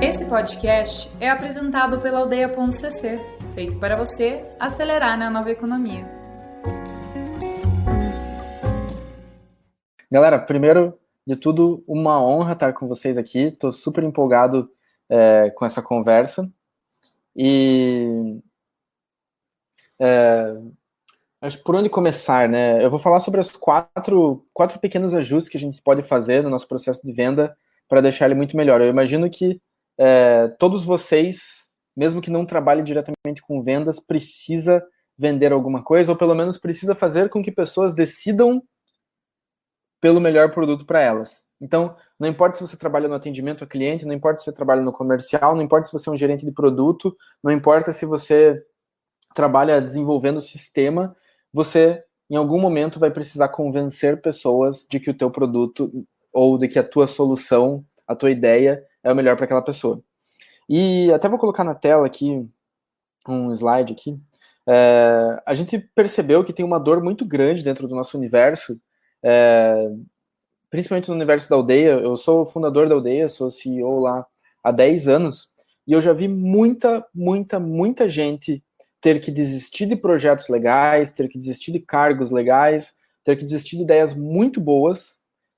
Esse podcast é apresentado pela Aldeia.cc, feito para você acelerar na nova economia. Galera, primeiro de tudo, uma honra estar com vocês aqui. Estou super empolgado com essa conversa. E acho que por onde começar, né? Eu vou falar sobre os quatro pequenos ajustes que a gente pode fazer no nosso processo de venda para deixar ele muito melhor. Eu imagino que todos vocês, mesmo que não trabalhem diretamente com vendas, precisa vender alguma coisa, ou pelo menos precisa fazer com que pessoas decidam pelo melhor produto para elas. Então, não importa se você trabalha no atendimento ao cliente, não importa se você trabalha no comercial, não importa se você é um gerente de produto, não importa se você trabalha desenvolvendo o sistema, você, em algum momento, vai precisar convencer pessoas de que o teu produto ou de que a tua solução, a tua ideia é o melhor para aquela pessoa. E até vou colocar na tela aqui um slide aqui. A gente percebeu que tem uma dor muito grande dentro do nosso universo, principalmente no universo da Aldeia. Eu sou o fundador da Aldeia, sou CEO lá há 10 anos, e eu já vi muita gente ter que desistir de projetos legais, ter que desistir de cargos legais, ter que desistir de ideias muito boas,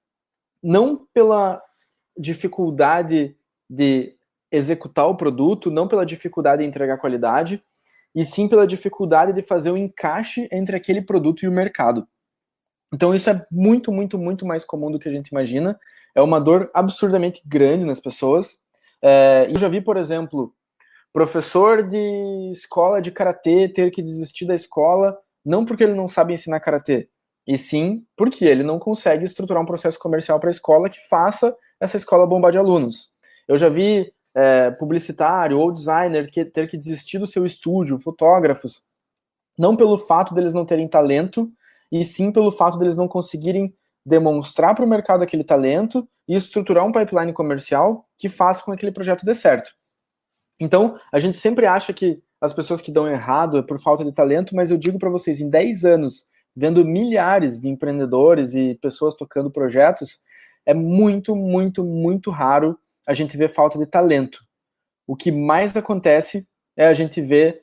não pela dificuldade de executar o produto, não pela dificuldade de entregar qualidade, e sim pela dificuldade de fazer o encaixe entre aquele produto e o mercado. Então isso é muito mais comum do que a gente imagina. É uma dor absurdamente grande nas pessoas. Eu já vi, por exemplo, professor de escola de karatê ter que desistir da escola, não porque ele não sabe ensinar karatê, e sim porque ele não consegue estruturar um processo comercial para a escola que faça essa escola bombar de alunos. Eu já vi publicitário ou designer ter que desistir do seu estúdio, fotógrafos, não pelo fato deles não terem talento, e sim pelo fato deles não conseguirem demonstrar para o mercado aquele talento e estruturar um pipeline comercial que faça com que aquele projeto dê certo. Então, a gente sempre acha que as pessoas que dão errado é por falta de talento, mas eu digo para vocês, em 10 anos, vendo milhares de empreendedores e pessoas tocando projetos, é muito raro a gente ver falta de talento. O que mais acontece é a gente ver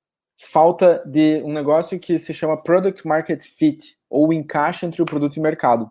falta de um negócio que se chama Product Market Fit, ou o encaixe entre o produto e o mercado.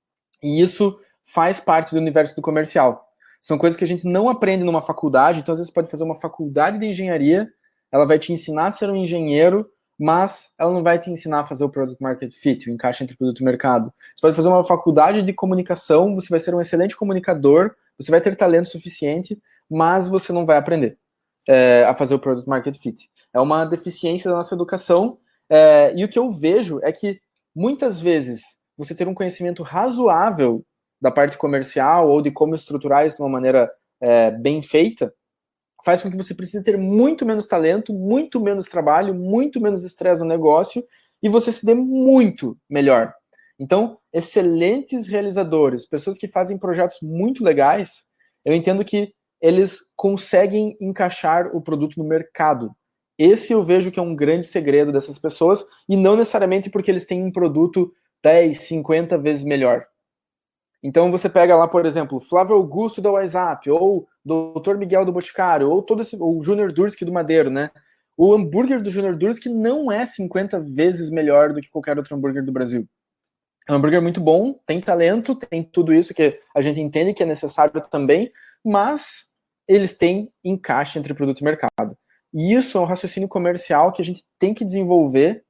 E isso faz parte do universo do comercial. São coisas que a gente não aprende numa faculdade, então às vezes você pode fazer uma faculdade de engenharia, ela vai te ensinar a ser um engenheiro, mas ela não vai te ensinar a fazer o Product Market Fit, o encaixe entre produto e mercado. Você pode fazer uma faculdade de comunicação, você vai ser um excelente comunicador, você vai ter talento suficiente, mas você não vai aprender a fazer o Product Market Fit. É uma deficiência da nossa educação, e o que eu vejo é que muitas vezes você ter um conhecimento razoável da parte comercial ou de como estruturar isso de uma maneira bem feita, faz com que você precise ter muito menos talento, muito menos trabalho, muito menos estresse no negócio e você se dê muito melhor. Então, excelentes realizadores, pessoas que fazem projetos muito legais, eu entendo que eles conseguem encaixar o produto no mercado. Esse eu vejo que é um grande segredo dessas pessoas, e não necessariamente porque eles têm um produto 10, 50 vezes melhor. Então você pega lá, por exemplo, Flávio Augusto da WhatsApp, ou Dr. Miguel do Boticário, ou o Júnior Durski do Madeiro, né? O hambúrguer do Júnior Durski não é 50 vezes melhor do que qualquer outro hambúrguer do Brasil. É um hambúrguer muito bom, tem talento, tem tudo isso que a gente entende que é necessário também, mas eles têm encaixe entre produto e mercado. E isso é um raciocínio comercial que a gente tem que desenvolver.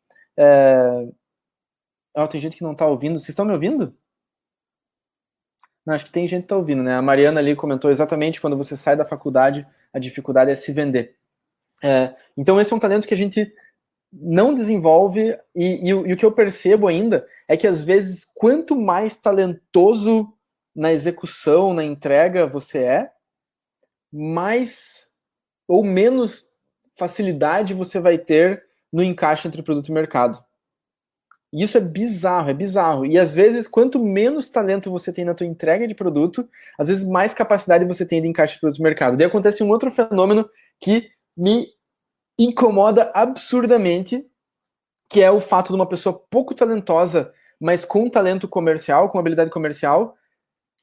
Tem gente que não está ouvindo. Vocês estão me ouvindo? Não, acho que tem gente que está ouvindo, né? A Mariana ali comentou exatamente, quando você sai da faculdade, a dificuldade é se vender. Então esse é um talento que a gente não desenvolve, e o que eu percebo ainda é que às vezes quanto mais talentoso na execução, na entrega você mais ou menos facilidade você vai ter no encaixe entre produto e mercado. E isso é bizarro. E às vezes, quanto menos talento você tem na tua entrega de produto, às vezes mais capacidade você tem de encaixe de produto e mercado. Daí acontece um outro fenômeno que me incomoda absurdamente, que é o fato de uma pessoa pouco talentosa, mas com talento comercial, com habilidade comercial,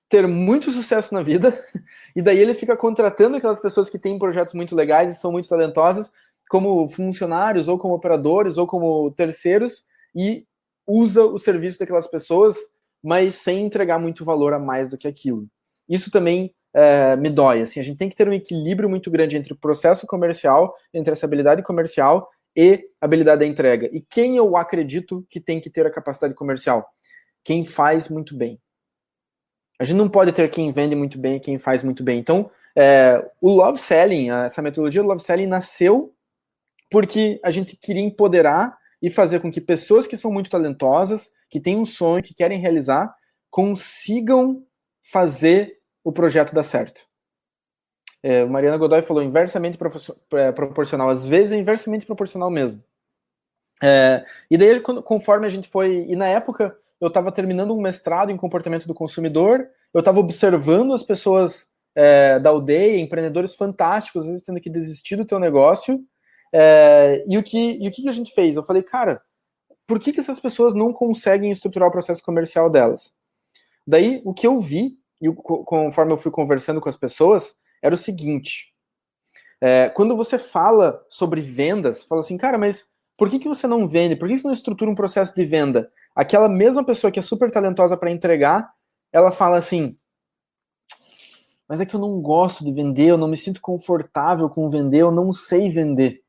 ter muito sucesso na vida, e daí ele fica contratando aquelas pessoas que têm projetos muito legais e são muito talentosas, como funcionários, ou como operadores, ou como terceiros, e usa o serviço daquelas pessoas, mas sem entregar muito valor a mais do que aquilo. Isso também me dói. Assim, a gente tem que ter um equilíbrio muito grande entre o processo comercial, entre essa habilidade comercial e a habilidade da entrega. E quem eu acredito que tem que ter a capacidade comercial? Quem faz muito bem. A gente não pode ter quem vende muito bem e quem faz muito bem. Então, o Love Selling, essa metodologia do Love Selling nasceu porque a gente queria empoderar e fazer com que pessoas que são muito talentosas, que têm um sonho, que querem realizar, consigam fazer o projeto dar certo. Mariana Godoy falou inversamente proporcional. Às vezes é inversamente proporcional mesmo. E daí, conforme a gente foi... E na época, eu estava terminando um mestrado em comportamento do consumidor, eu estava observando as pessoas da aldeia, empreendedores fantásticos, às vezes tendo que desistir do teu negócio. E o que a gente fez? Eu falei, cara, por que essas pessoas não conseguem estruturar o processo comercial delas? Daí, o que eu vi, e conforme eu fui conversando com as pessoas, era o seguinte. Quando você fala sobre vendas, fala assim, cara, mas por que você não vende? Por que você não estrutura um processo de venda? Aquela mesma pessoa que é super talentosa para entregar, ela fala assim, mas é que eu não gosto de vender, eu não me sinto confortável com vender, eu não sei vender.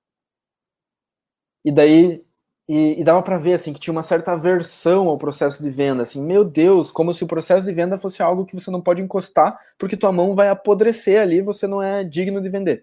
E daí, e dava para ver assim, que tinha uma certa aversão ao processo de venda, assim, meu Deus, como se o processo de venda fosse algo que você não pode encostar, porque tua mão vai apodrecer ali, você não é digno de vender.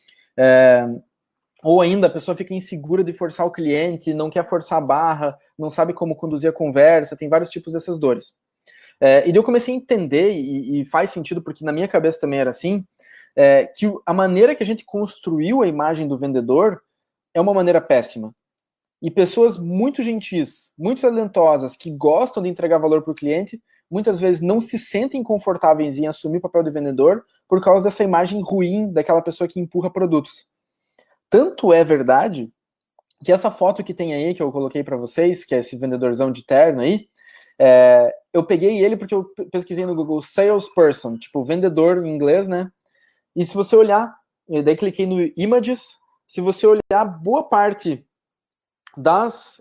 Ou ainda, a pessoa fica insegura de forçar o cliente, não quer forçar a barra, não sabe como conduzir a conversa, tem vários tipos dessas dores. E daí eu comecei a entender, e faz sentido, porque na minha cabeça também era assim, que a maneira que a gente construiu a imagem do vendedor é uma maneira péssima. E pessoas muito gentis, muito talentosas, que gostam de entregar valor para o cliente, muitas vezes não se sentem confortáveis em assumir o papel de vendedor por causa dessa imagem ruim daquela pessoa que empurra produtos. Tanto é verdade que essa foto que tem aí, que eu coloquei para vocês, que é esse vendedorzão de terno aí, eu peguei ele porque eu pesquisei no Google salesperson, tipo vendedor em inglês, né? E se você olhar, daí cliquei no images, se você olhar boa parte das...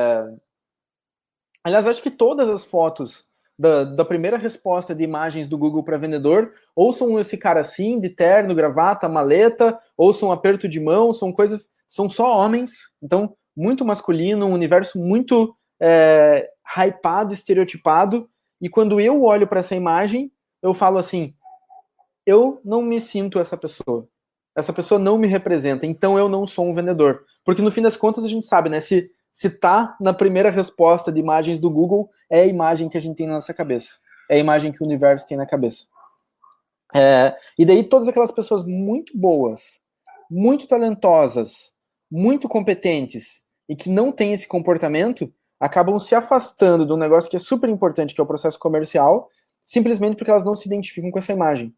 Aliás, acho que todas as fotos da primeira resposta de imagens do Google para vendedor, ou são esse cara assim, de terno, gravata, maleta, ou são aperto de mão, são coisas... São só homens, então muito masculino, um universo muito hypado, estereotipado, e quando eu olho para essa imagem, eu falo assim, eu não me sinto essa pessoa não me representa, então eu não sou um vendedor. Porque no fim das contas a gente sabe, né, se tá na primeira resposta de imagens do Google, é a imagem que a gente tem na nossa cabeça, é a imagem que o universo tem na cabeça. E daí todas aquelas pessoas muito boas, muito talentosas, muito competentes, e que não têm esse comportamento, acabam se afastando de um negócio que é super importante, que é o processo comercial, simplesmente porque elas não se identificam com essa imagem.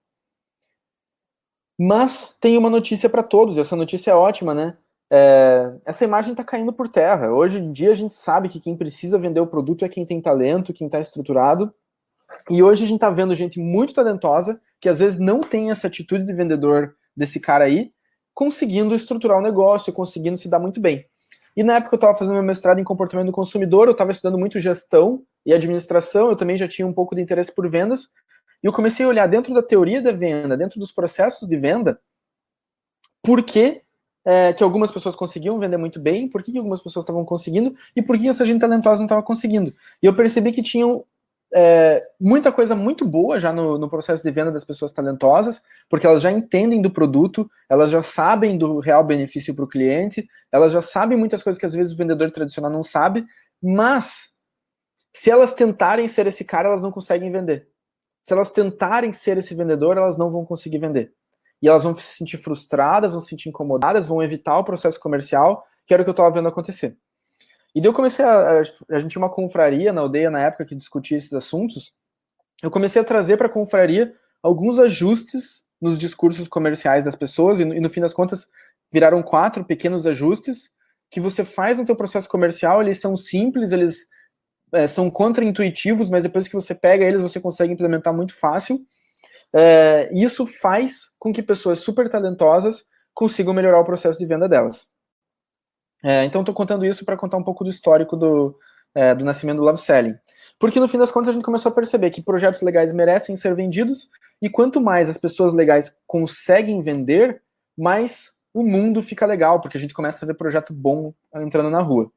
Mas tem uma notícia para todos, essa notícia é ótima, né? Essa imagem está caindo por terra. Hoje em dia a gente sabe que quem precisa vender o produto é quem tem talento, quem está estruturado. E hoje a gente está vendo gente muito talentosa, que às vezes não tem essa atitude de vendedor desse cara aí, conseguindo estruturar o negócio, conseguindo se dar muito bem. E na época eu estava fazendo meu mestrado em comportamento do consumidor, eu estava estudando muito gestão e administração, eu também já tinha um pouco de interesse por vendas, e eu comecei a olhar dentro da teoria da venda, dentro dos processos de venda, por que algumas pessoas conseguiam vender muito bem, por que algumas pessoas estavam conseguindo, e por que essa gente talentosa não estava conseguindo. E eu percebi que tinham muita coisa muito boa já no processo de venda das pessoas talentosas, porque elas já entendem do produto, elas já sabem do real benefício para o cliente, elas já sabem muitas coisas que às vezes o vendedor tradicional não sabe, mas se elas tentarem ser esse cara, elas não conseguem vender. Se elas tentarem ser esse vendedor, elas não vão conseguir vender. E elas vão se sentir frustradas, vão se sentir incomodadas, vão evitar o processo comercial, que era o que eu estava vendo acontecer. E daí eu comecei a gente tinha uma confraria na aldeia na época que discutia esses assuntos, eu comecei a trazer para a confraria alguns ajustes nos discursos comerciais das pessoas, e no fim das contas viraram 4 pequenos ajustes que você faz no teu processo comercial, eles são simples, eles são contra-intuitivos, mas depois que você pega eles, você consegue implementar muito fácil. Isso faz com que pessoas super talentosas consigam melhorar o processo de venda delas. Então, estou contando isso para contar um pouco do histórico do nascimento do Love Selling. Porque, no fim das contas, a gente começou a perceber que projetos legais merecem ser vendidos, e quanto mais as pessoas legais conseguem vender, mais o mundo fica legal, porque a gente começa a ver projeto bom entrando na rua.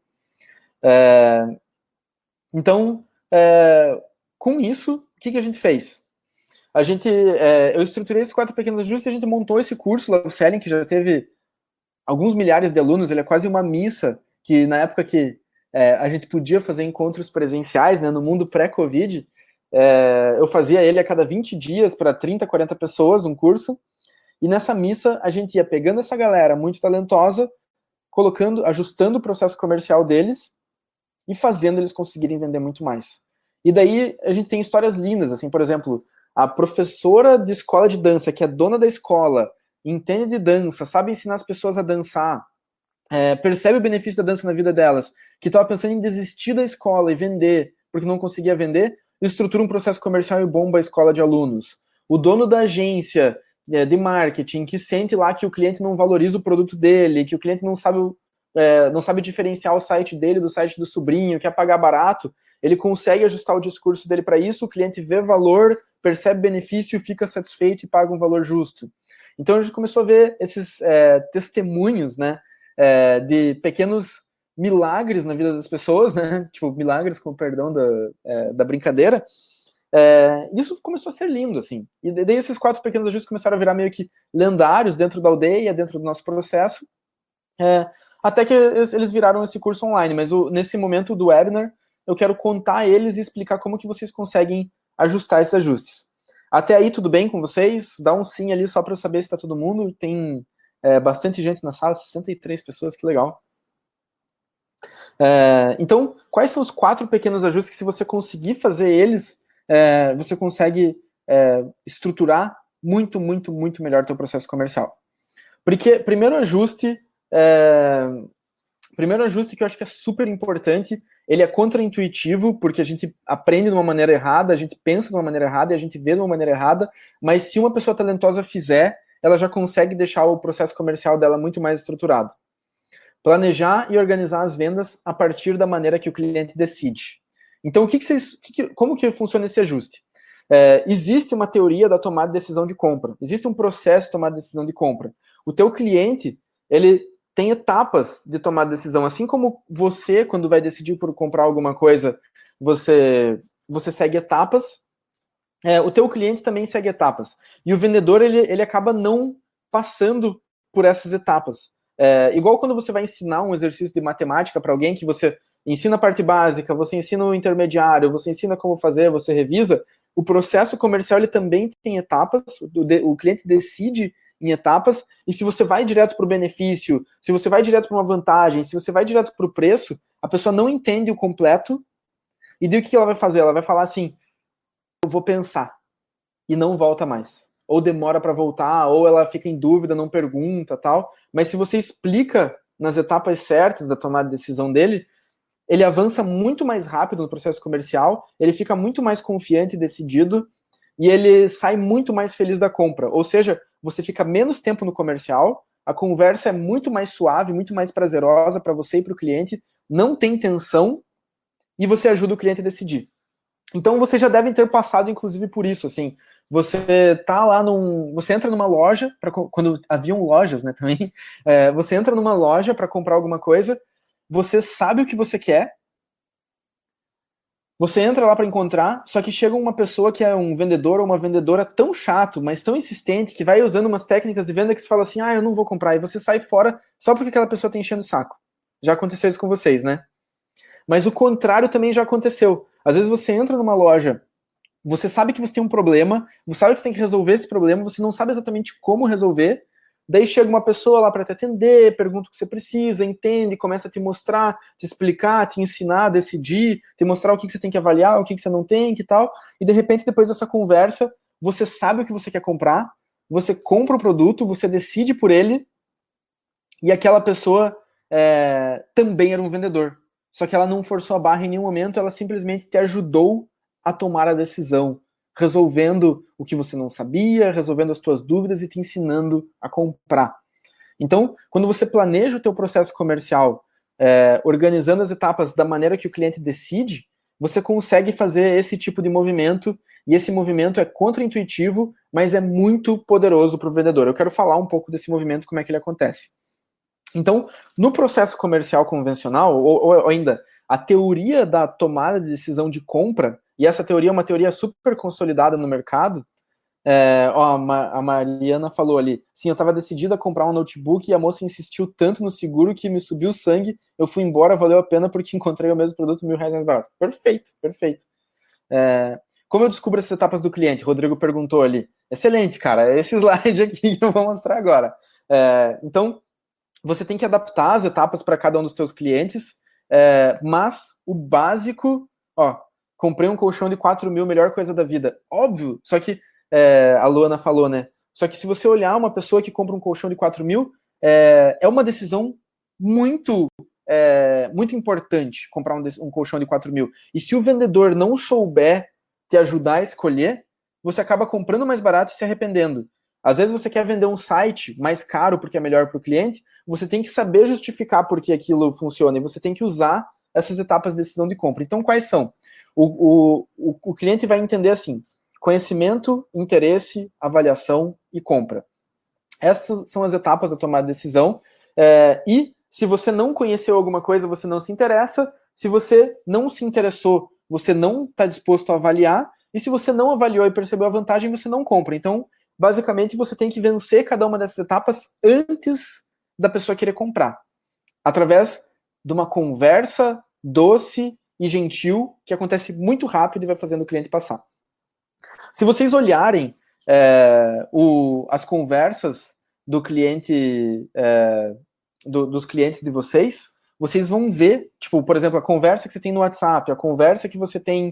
Então, com isso, o que a gente fez? Eu estruturei esses 4 pequenos ajustes e a gente montou esse curso, Love Selling, que já teve alguns milhares de alunos. Ele é quase uma missa, que na época que a gente podia fazer encontros presenciais, né, no mundo pré-Covid, eu fazia ele a cada 20 dias para 30, 40 pessoas, um curso, e nessa missa a gente ia pegando essa galera muito talentosa, ajustando o processo comercial deles e fazendo eles conseguirem vender muito mais. E daí a gente tem histórias lindas, assim, por exemplo, a professora de escola de dança, que é dona da escola, entende de dança, sabe ensinar as pessoas a dançar, percebe o benefício da dança na vida delas, que estava pensando em desistir da escola e vender, porque não conseguia vender, estrutura um processo comercial e bomba a escola de alunos. O dono da agência de marketing, que sente lá que o cliente não valoriza o produto dele, que o cliente não sabe diferenciar o site dele do site do sobrinho, quer pagar barato, ele consegue ajustar o discurso dele para isso, o cliente vê valor, percebe benefício, fica satisfeito e paga um valor justo. Então a gente começou a ver esses testemunhos, né, de pequenos milagres na vida das pessoas, né, tipo, milagres, com perdão da brincadeira. Isso começou a ser lindo, assim. E daí esses 4 pequenos ajustes começaram a virar meio que lendários dentro da aldeia, dentro do nosso processo, até que eles viraram esse curso online. Mas nesse momento do webinar, eu quero contar eles e explicar como que vocês conseguem ajustar esses ajustes. Até aí, tudo bem com vocês? Dá um sim ali só para eu saber se está todo mundo. Tem bastante gente na sala, 63 pessoas, que legal. Então, quais são os 4 pequenos ajustes que, se você conseguir fazer eles, você consegue estruturar muito, muito, muito melhor o seu processo comercial? Porque primeiro ajuste que eu acho que é super importante, ele é contra-intuitivo, porque a gente aprende de uma maneira errada, a gente pensa de uma maneira errada e a gente vê de uma maneira errada, mas se uma pessoa talentosa fizer, ela já consegue deixar o processo comercial dela muito mais estruturado. Planejar e organizar as vendas a partir da maneira que o cliente decide. Então, como que funciona esse ajuste? Existe uma teoria da tomada de decisão de compra. Existe um processo de tomada de decisão de compra. O teu cliente, ele tem etapas de tomar decisão. Assim como você, quando vai decidir por comprar alguma coisa, você segue etapas, o teu cliente também segue etapas. E o vendedor, ele acaba não passando por essas etapas. Igual quando você vai ensinar um exercício de matemática para alguém, que você ensina a parte básica, você ensina o intermediário, você ensina como fazer, você revisa, o processo comercial ele também tem etapas, o cliente decide em etapas, e se você vai direto para o benefício, se você vai direto para uma vantagem, se você vai direto para o preço, a pessoa não entende o completo, e daí o que ela vai fazer? Ela vai falar assim, eu vou pensar, e não volta mais. Ou demora para voltar, ou ela fica em dúvida, não pergunta, tal. Mas se você explica nas etapas certas da tomada de decisão dele, ele avança muito mais rápido no processo comercial, ele fica muito mais confiante e decidido, e ele sai muito mais feliz da compra. Ou seja, você fica menos tempo no comercial, a conversa é muito mais suave, muito mais prazerosa para você e para o cliente, não tem tensão, e você ajuda o cliente a decidir. Então, vocês já devem ter passado, inclusive, por isso, assim, você tá lá você entra numa loja, quando haviam lojas, né, também, você entra numa loja para comprar alguma coisa, você sabe o que você quer, você entra lá para encontrar, só que chega uma pessoa que é um vendedor ou uma vendedora tão chato, mas tão insistente, que vai usando umas técnicas de venda que você fala assim, eu não vou comprar, e você sai fora só porque aquela pessoa tá enchendo o saco. Já aconteceu isso com vocês, né? Mas o contrário também já aconteceu. Às vezes você entra numa loja, você sabe que você tem um problema, você sabe que você tem que resolver esse problema, você não sabe exatamente como resolver, daí chega uma pessoa lá para te atender, pergunta o que você precisa, entende, começa a te mostrar, te explicar, te ensinar, decidir, te mostrar o que você tem que avaliar, o que você não tem, que tal, e de repente, depois dessa conversa, você sabe o que você quer comprar, você compra o produto, você decide por ele, e aquela pessoa também era um vendedor. só que ela não forçou a barra em nenhum momento, ela simplesmente te ajudou a tomar a decisão, resolvendo o que você não sabia, resolvendo as tuas dúvidas e te ensinando a comprar. Então, quando você planeja o teu processo comercial, organizando as etapas da maneira que o cliente decide, você consegue fazer esse tipo de movimento, e esse movimento é contraintuitivo, mas é muito poderoso para o vendedor. Eu quero falar um pouco desse movimento, como é que ele acontece. Então, no processo comercial convencional, ou ainda a teoria da tomada de decisão de compra, e essa teoria é uma teoria super consolidada no mercado. A Mariana falou ali, sim, eu estava decidida a comprar um notebook e a moça insistiu tanto no seguro que me subiu o sangue, eu fui embora, valeu a pena porque encontrei o mesmo produto R$1.000 mais barato. Perfeito, perfeito. Como eu descubro essas etapas do cliente? Rodrigo perguntou ali. Excelente, cara, é esse slide aqui que eu vou mostrar agora. Então, você tem que adaptar as etapas para cada um dos seus clientes, mas o básico, comprei um colchão de 4.000, melhor coisa da vida. Óbvio, só que a Luana falou, né? Só que se você olhar uma pessoa que compra um colchão de 4.000, é uma decisão muito importante comprar um colchão de 4.000. E se o vendedor não souber te ajudar a escolher, você acaba comprando mais barato e se arrependendo. Às vezes você quer vender um site mais caro porque é melhor para o cliente, você tem que saber justificar por que aquilo funciona e você tem que usar essas etapas de decisão de compra. Então, quais são? O cliente vai entender assim: conhecimento, interesse, avaliação e compra. Essas são as etapas da tomada de decisão. E se você não conheceu alguma coisa, você não se interessa. Se você não se interessou, você não está disposto a avaliar. E se você não avaliou e percebeu a vantagem, você não compra. Então, basicamente, você tem que vencer cada uma dessas etapas antes da pessoa querer comprar. Através de uma conversa doce e gentil, que acontece muito rápido e vai fazendo o cliente passar. Se vocês olharem as conversas do cliente, dos clientes de vocês, vocês vão ver, tipo, por exemplo, a conversa que você tem no WhatsApp, a conversa que você tem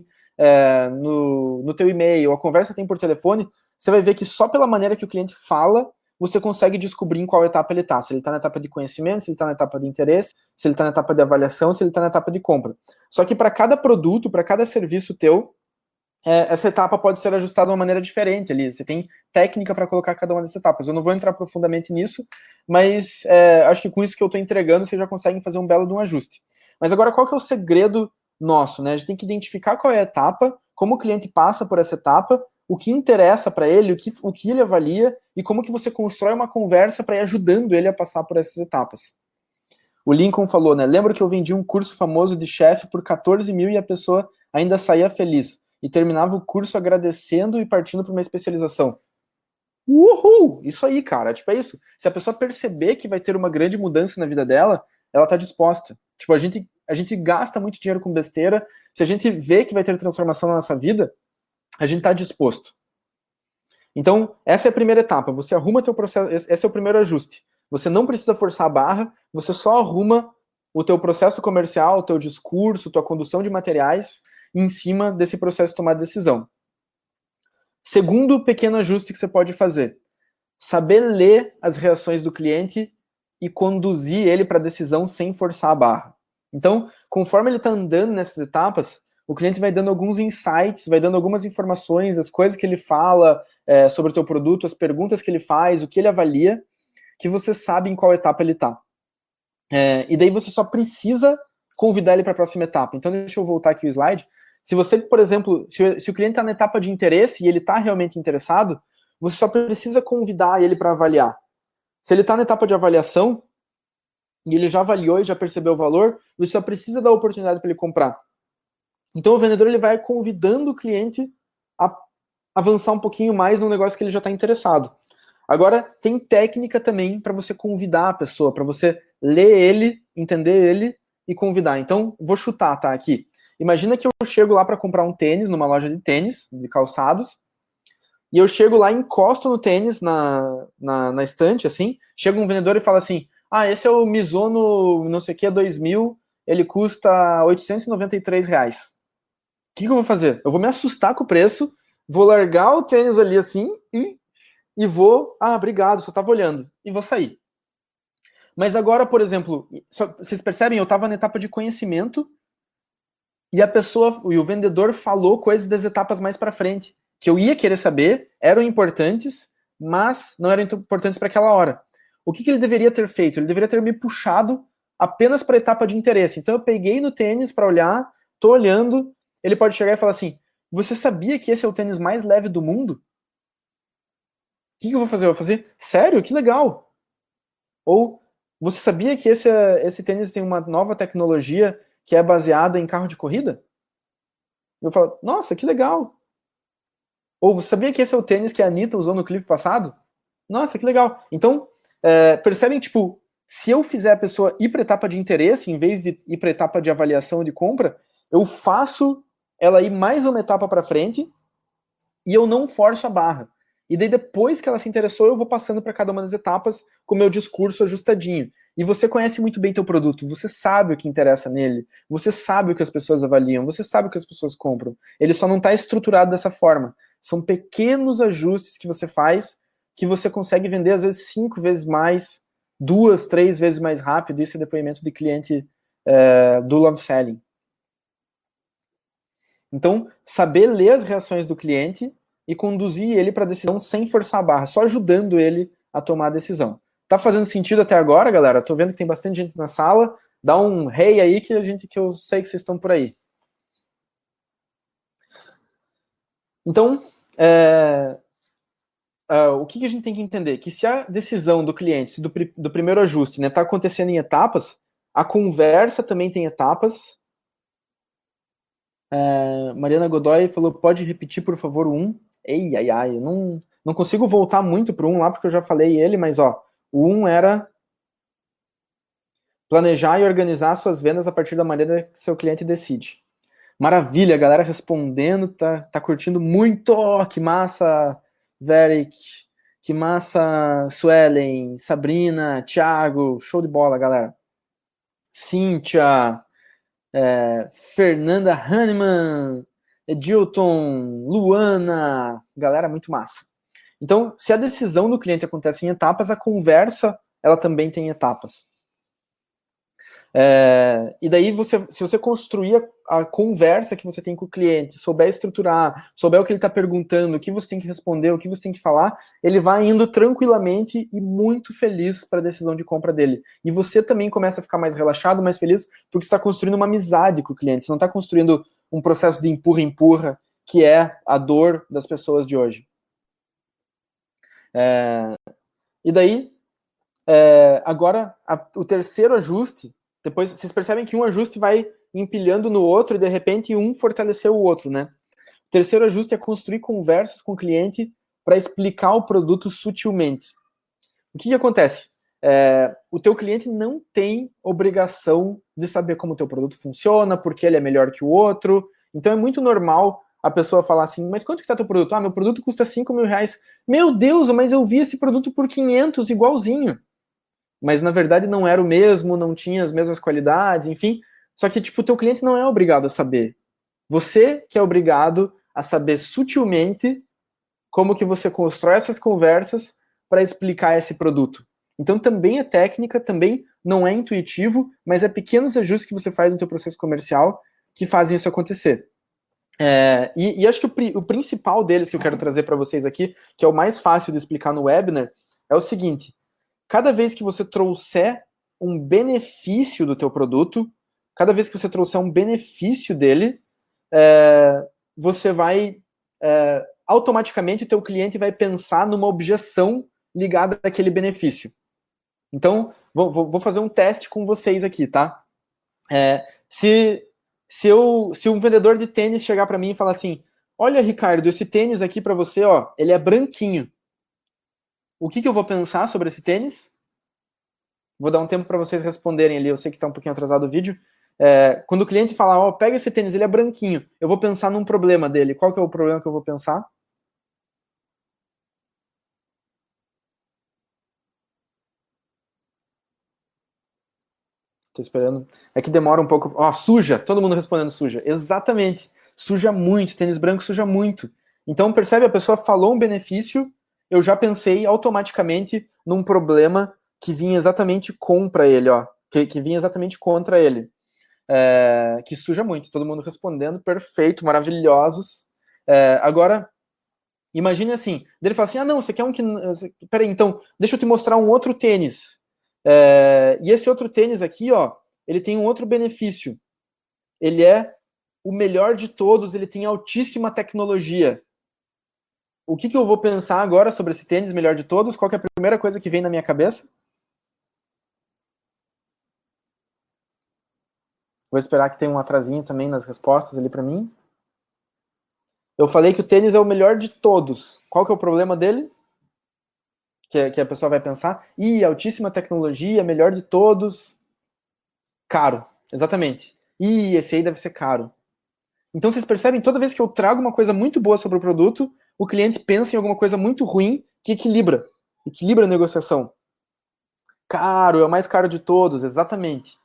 no teu e-mail, a conversa que tem por telefone, você vai ver que só pela maneira que o cliente fala, você consegue descobrir em qual etapa ele está. Se ele está na etapa de conhecimento, se ele está na etapa de interesse, se ele está na etapa de avaliação, se ele está na etapa de compra. Só que para cada produto, para cada serviço teu, essa etapa pode ser ajustada de uma maneira diferente ali. Você tem técnica para colocar cada uma dessas etapas. Eu não vou entrar profundamente nisso, mas acho que com isso que eu estou entregando, vocês já conseguem fazer um belo de um ajuste. Mas agora, qual que é o segredo nosso, né? A gente tem que identificar qual é a etapa, como o cliente passa por essa etapa, o que interessa para ele, o que ele avalia e como que você constrói uma conversa para ir ajudando ele a passar por essas etapas. O Lincoln falou, né? Lembro que eu vendi um curso famoso de chefe por 14.000 e a pessoa ainda saía feliz. E terminava o curso agradecendo e partindo para uma especialização. Uhul! Isso aí, cara. Tipo, é isso. Se a pessoa perceber que vai ter uma grande mudança na vida dela, ela tá disposta. Tipo, a gente gasta muito dinheiro com besteira. Se a gente vê que vai ter transformação na nossa vida, a gente tá disposto. Então, essa é a primeira etapa. Você arruma teu processo. Esse é o primeiro ajuste. Você não precisa forçar a barra, você só arruma o teu processo comercial, o teu discurso, tua condução de materiais em cima desse processo de tomar decisão. Segundo pequeno ajuste que você pode fazer: saber ler as reações do cliente e conduzir ele para a decisão sem forçar a barra. Então, conforme ele está andando nessas etapas, o cliente vai dando alguns insights, vai dando algumas informações, as coisas que ele fala sobre o teu produto, as perguntas que ele faz, o que ele avalia, que você sabe em qual etapa ele está. E daí você só precisa convidar ele para a próxima etapa. Então, deixa eu voltar aqui o slide. Se você, por exemplo, se o cliente está na etapa de interesse e ele está realmente interessado, você só precisa convidar ele para avaliar. Se ele está na etapa de avaliação e ele já avaliou e já percebeu o valor, você só precisa dar a oportunidade para ele comprar. Então o vendedor ele vai convidando o cliente a avançar um pouquinho mais no negócio que ele já está interessado. Agora, tem técnica também para você convidar a pessoa, para você ler ele, entender ele e convidar. Então, vou chutar, tá, aqui. Imagina que eu chego lá para comprar um tênis numa loja de tênis, de calçados, e eu chego lá, encosto no tênis na estante, assim, chega um vendedor e fala assim: esse é o Mizuno não sei o que, 2000, ele custa R$893. O que eu vou fazer? Eu vou me assustar com o preço, vou largar o tênis ali assim e vou, obrigado, só tava olhando, e vou sair. Mas agora, por exemplo, vocês percebem, eu estava na etapa de conhecimento e a pessoa, e o vendedor falou coisas das etapas mais para frente, que eu ia querer saber, eram importantes, mas não eram importantes para aquela hora. O que ele deveria ter feito? Ele deveria ter me puxado apenas para a etapa de interesse. Então eu peguei no tênis para olhar, tô olhando, ele pode chegar e falar assim, você sabia que esse é o tênis mais leve do mundo? O que eu vou fazer? Eu vou fazer, sério? Que legal! Ou, você sabia que esse tênis tem uma nova tecnologia que é baseada em carro de corrida? Eu falo, nossa, que legal! Ou, você sabia que esse é o tênis que a Anitta usou no clipe passado? Nossa, que legal! Então, percebem, tipo, se eu fizer a pessoa ir para a etapa de interesse, em vez de ir para a etapa de avaliação e de compra, eu faço ela ir mais uma etapa para frente e eu não forço a barra. E daí, depois que ela se interessou, eu vou passando para cada uma das etapas com o meu discurso ajustadinho. E você conhece muito bem teu produto, você sabe o que interessa nele, você sabe o que as pessoas avaliam, você sabe o que as pessoas compram. Ele só não está estruturado dessa forma. São pequenos ajustes que você faz que você consegue vender, às vezes, 5 vezes mais, 2, 3 vezes mais rápido. Isso é depoimento de cliente do Love Selling. Então, saber ler as reações do cliente e conduzir ele para a decisão sem forçar a barra, só ajudando ele a tomar a decisão. Tá fazendo sentido até agora, galera? Tô vendo que tem bastante gente na sala. Dá um hey aí que eu sei que vocês estão por aí. Então, o que a gente tem que entender? Que se a decisão do cliente, do primeiro ajuste, né, tá acontecendo em etapas, a conversa também tem etapas. Mariana Godoy falou, pode repetir, por favor, o 1? Eu não consigo voltar muito pro 1 lá, porque eu já falei ele, mas ó, o 1 era planejar e organizar suas vendas a partir da maneira que seu cliente decide. Maravilha, a galera respondendo, tá curtindo muito, que massa, Veric, que massa, Suelen, Sabrina, Thiago, show de bola, galera. Cíntia, Fernanda Hahnemann, Edilton, Luana, galera, muito massa. Então, se a decisão do cliente acontece em etapas, a conversa, ela também tem etapas. E daí, se você construir a conversa que você tem com o cliente, souber estruturar, souber o que ele está perguntando, o que você tem que responder, o que você tem que falar, ele vai indo tranquilamente e muito feliz para a decisão de compra dele. E você também começa a ficar mais relaxado, mais feliz, porque você está construindo uma amizade com o cliente. Você não está construindo um processo de empurra-empurra, que é a dor das pessoas de hoje. E daí, agora, o terceiro ajuste, depois vocês percebem que um ajuste vai empilhando no outro e de repente um fortaleceu o outro, né? O terceiro ajuste é construir conversas com o cliente para explicar o produto sutilmente. O que acontece? O teu cliente não tem obrigação de saber como o teu produto funciona, porque ele é melhor que o outro. Então é muito normal a pessoa falar assim, mas quanto que tá teu produto? Ah, meu produto custa 5 mil reais. Meu Deus, mas eu vi esse produto por 500 igualzinho. Mas na verdade não era o mesmo, não tinha as mesmas qualidades, enfim. Só que, tipo, o teu cliente não é obrigado a saber. Você que é obrigado a saber sutilmente como que você constrói essas conversas para explicar esse produto. Então também é técnica, também não é intuitivo, mas é pequenos ajustes que você faz no teu processo comercial que fazem isso acontecer. E acho que o principal deles que eu quero trazer para vocês aqui, que é o mais fácil de explicar no webinar, é o seguinte: cada vez que você trouxer um benefício do teu produto, cada vez que você trouxer um benefício dele, você vai, automaticamente o teu cliente vai pensar numa objeção ligada àquele benefício. Então, vou fazer um teste com vocês aqui, tá? Se um vendedor de tênis chegar para mim e falar assim, olha, Ricardo, esse tênis aqui para você, ó, ele é branquinho. O que eu vou pensar sobre esse tênis? Vou dar um tempo para vocês responderem ali, eu sei que está um pouquinho atrasado o vídeo. Quando o cliente falar, ó, pega esse tênis, ele é branquinho, eu vou pensar num problema dele. Qual que é o problema que eu vou pensar? Tô esperando. É que demora um pouco. Ó, suja, todo mundo respondendo suja. Exatamente. Suja muito, tênis branco suja muito. Então, percebe, a pessoa falou um benefício, eu já pensei automaticamente num problema que vinha exatamente contra ele, ó. Que vinha exatamente contra ele. Que suja muito, todo mundo respondendo, perfeito, maravilhosos. Agora, imagine assim, ele fala assim, não, você quer um que... Peraí, então, deixa eu te mostrar um outro tênis. E esse outro tênis aqui, ó, ele tem um outro benefício. Ele é o melhor de todos, ele tem altíssima tecnologia. O que eu vou pensar agora sobre esse tênis melhor de todos? Qual que é a primeira coisa que vem na minha cabeça? Vou esperar que tenha um atrasinho também nas respostas ali para mim. Eu falei que o tênis é o melhor de todos. Qual que é o problema dele? Que a pessoa vai pensar, altíssima tecnologia, melhor de todos. Caro, exatamente. Esse aí deve ser caro. Então vocês percebem, toda vez que eu trago uma coisa muito boa sobre o produto, o cliente pensa em alguma coisa muito ruim que equilibra a negociação. Caro, é o mais caro de todos, exatamente.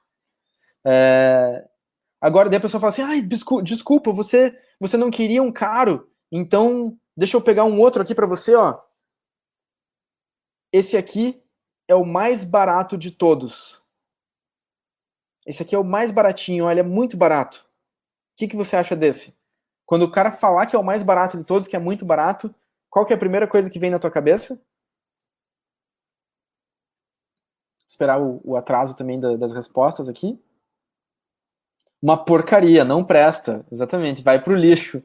Agora, daí a pessoa fala assim, desculpa, você não queria um caro, então deixa eu pegar um outro aqui para você, ó. Esse aqui é o mais barato de todos. Esse aqui é o mais baratinho, ele é muito barato. O que você acha desse? Quando o cara falar que é o mais barato de todos, que é muito barato, qual que é a primeira coisa que vem na tua cabeça? Esperar o atraso também das respostas aqui. Uma porcaria, não presta. Exatamente, vai pro lixo.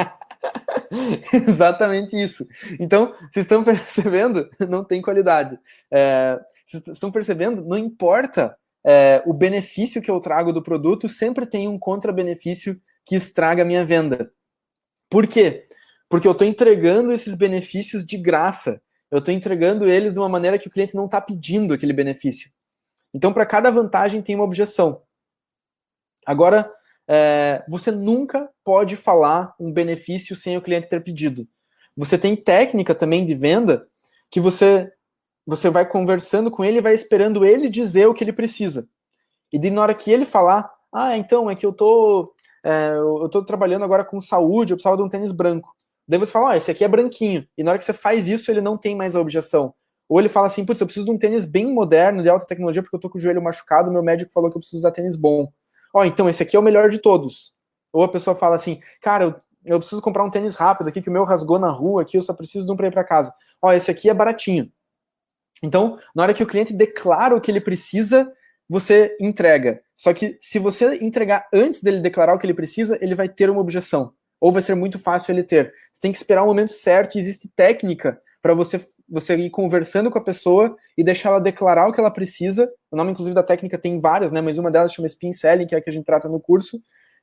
Exatamente isso. Então, vocês estão percebendo? Não tem qualidade. Vocês estão percebendo? Não importa o benefício que eu trago do produto, sempre tem um contra-benefício que estraga a minha venda. Por quê? Porque eu estou entregando esses benefícios de graça. Eu estou entregando eles de uma maneira que o cliente não está pedindo aquele benefício. Então, para cada vantagem tem uma objeção. Agora, você nunca pode falar um benefício sem o cliente ter pedido. Você tem técnica também de venda que você vai conversando com ele e vai esperando ele dizer o que ele precisa. E daí, na hora que ele falar, então, é que eu tô trabalhando agora com saúde, eu precisava de um tênis branco. Daí você fala, esse aqui é branquinho. E na hora que você faz isso, ele não tem mais a objeção. Ou ele fala assim, putz, eu preciso de um tênis bem moderno, de alta tecnologia, porque eu tô com o joelho machucado, meu médico falou que eu preciso usar tênis bom. Então, esse aqui é o melhor de todos. Ou a pessoa fala assim, cara, eu preciso comprar um tênis rápido aqui, que o meu rasgou na rua aqui, eu só preciso de um pra ir pra casa. Esse aqui é baratinho. Então, na hora que o cliente declara o que ele precisa, você entrega. Só que se você entregar antes dele declarar o que ele precisa, ele vai ter uma objeção. Ou vai ser muito fácil ele ter. Você tem que esperar o momento certo e existe técnica para você ir conversando com a pessoa e deixar ela declarar o que ela precisa. O nome, inclusive, da técnica tem várias, né? Mas uma delas chama Spin Selling, que é a que a gente trata no curso.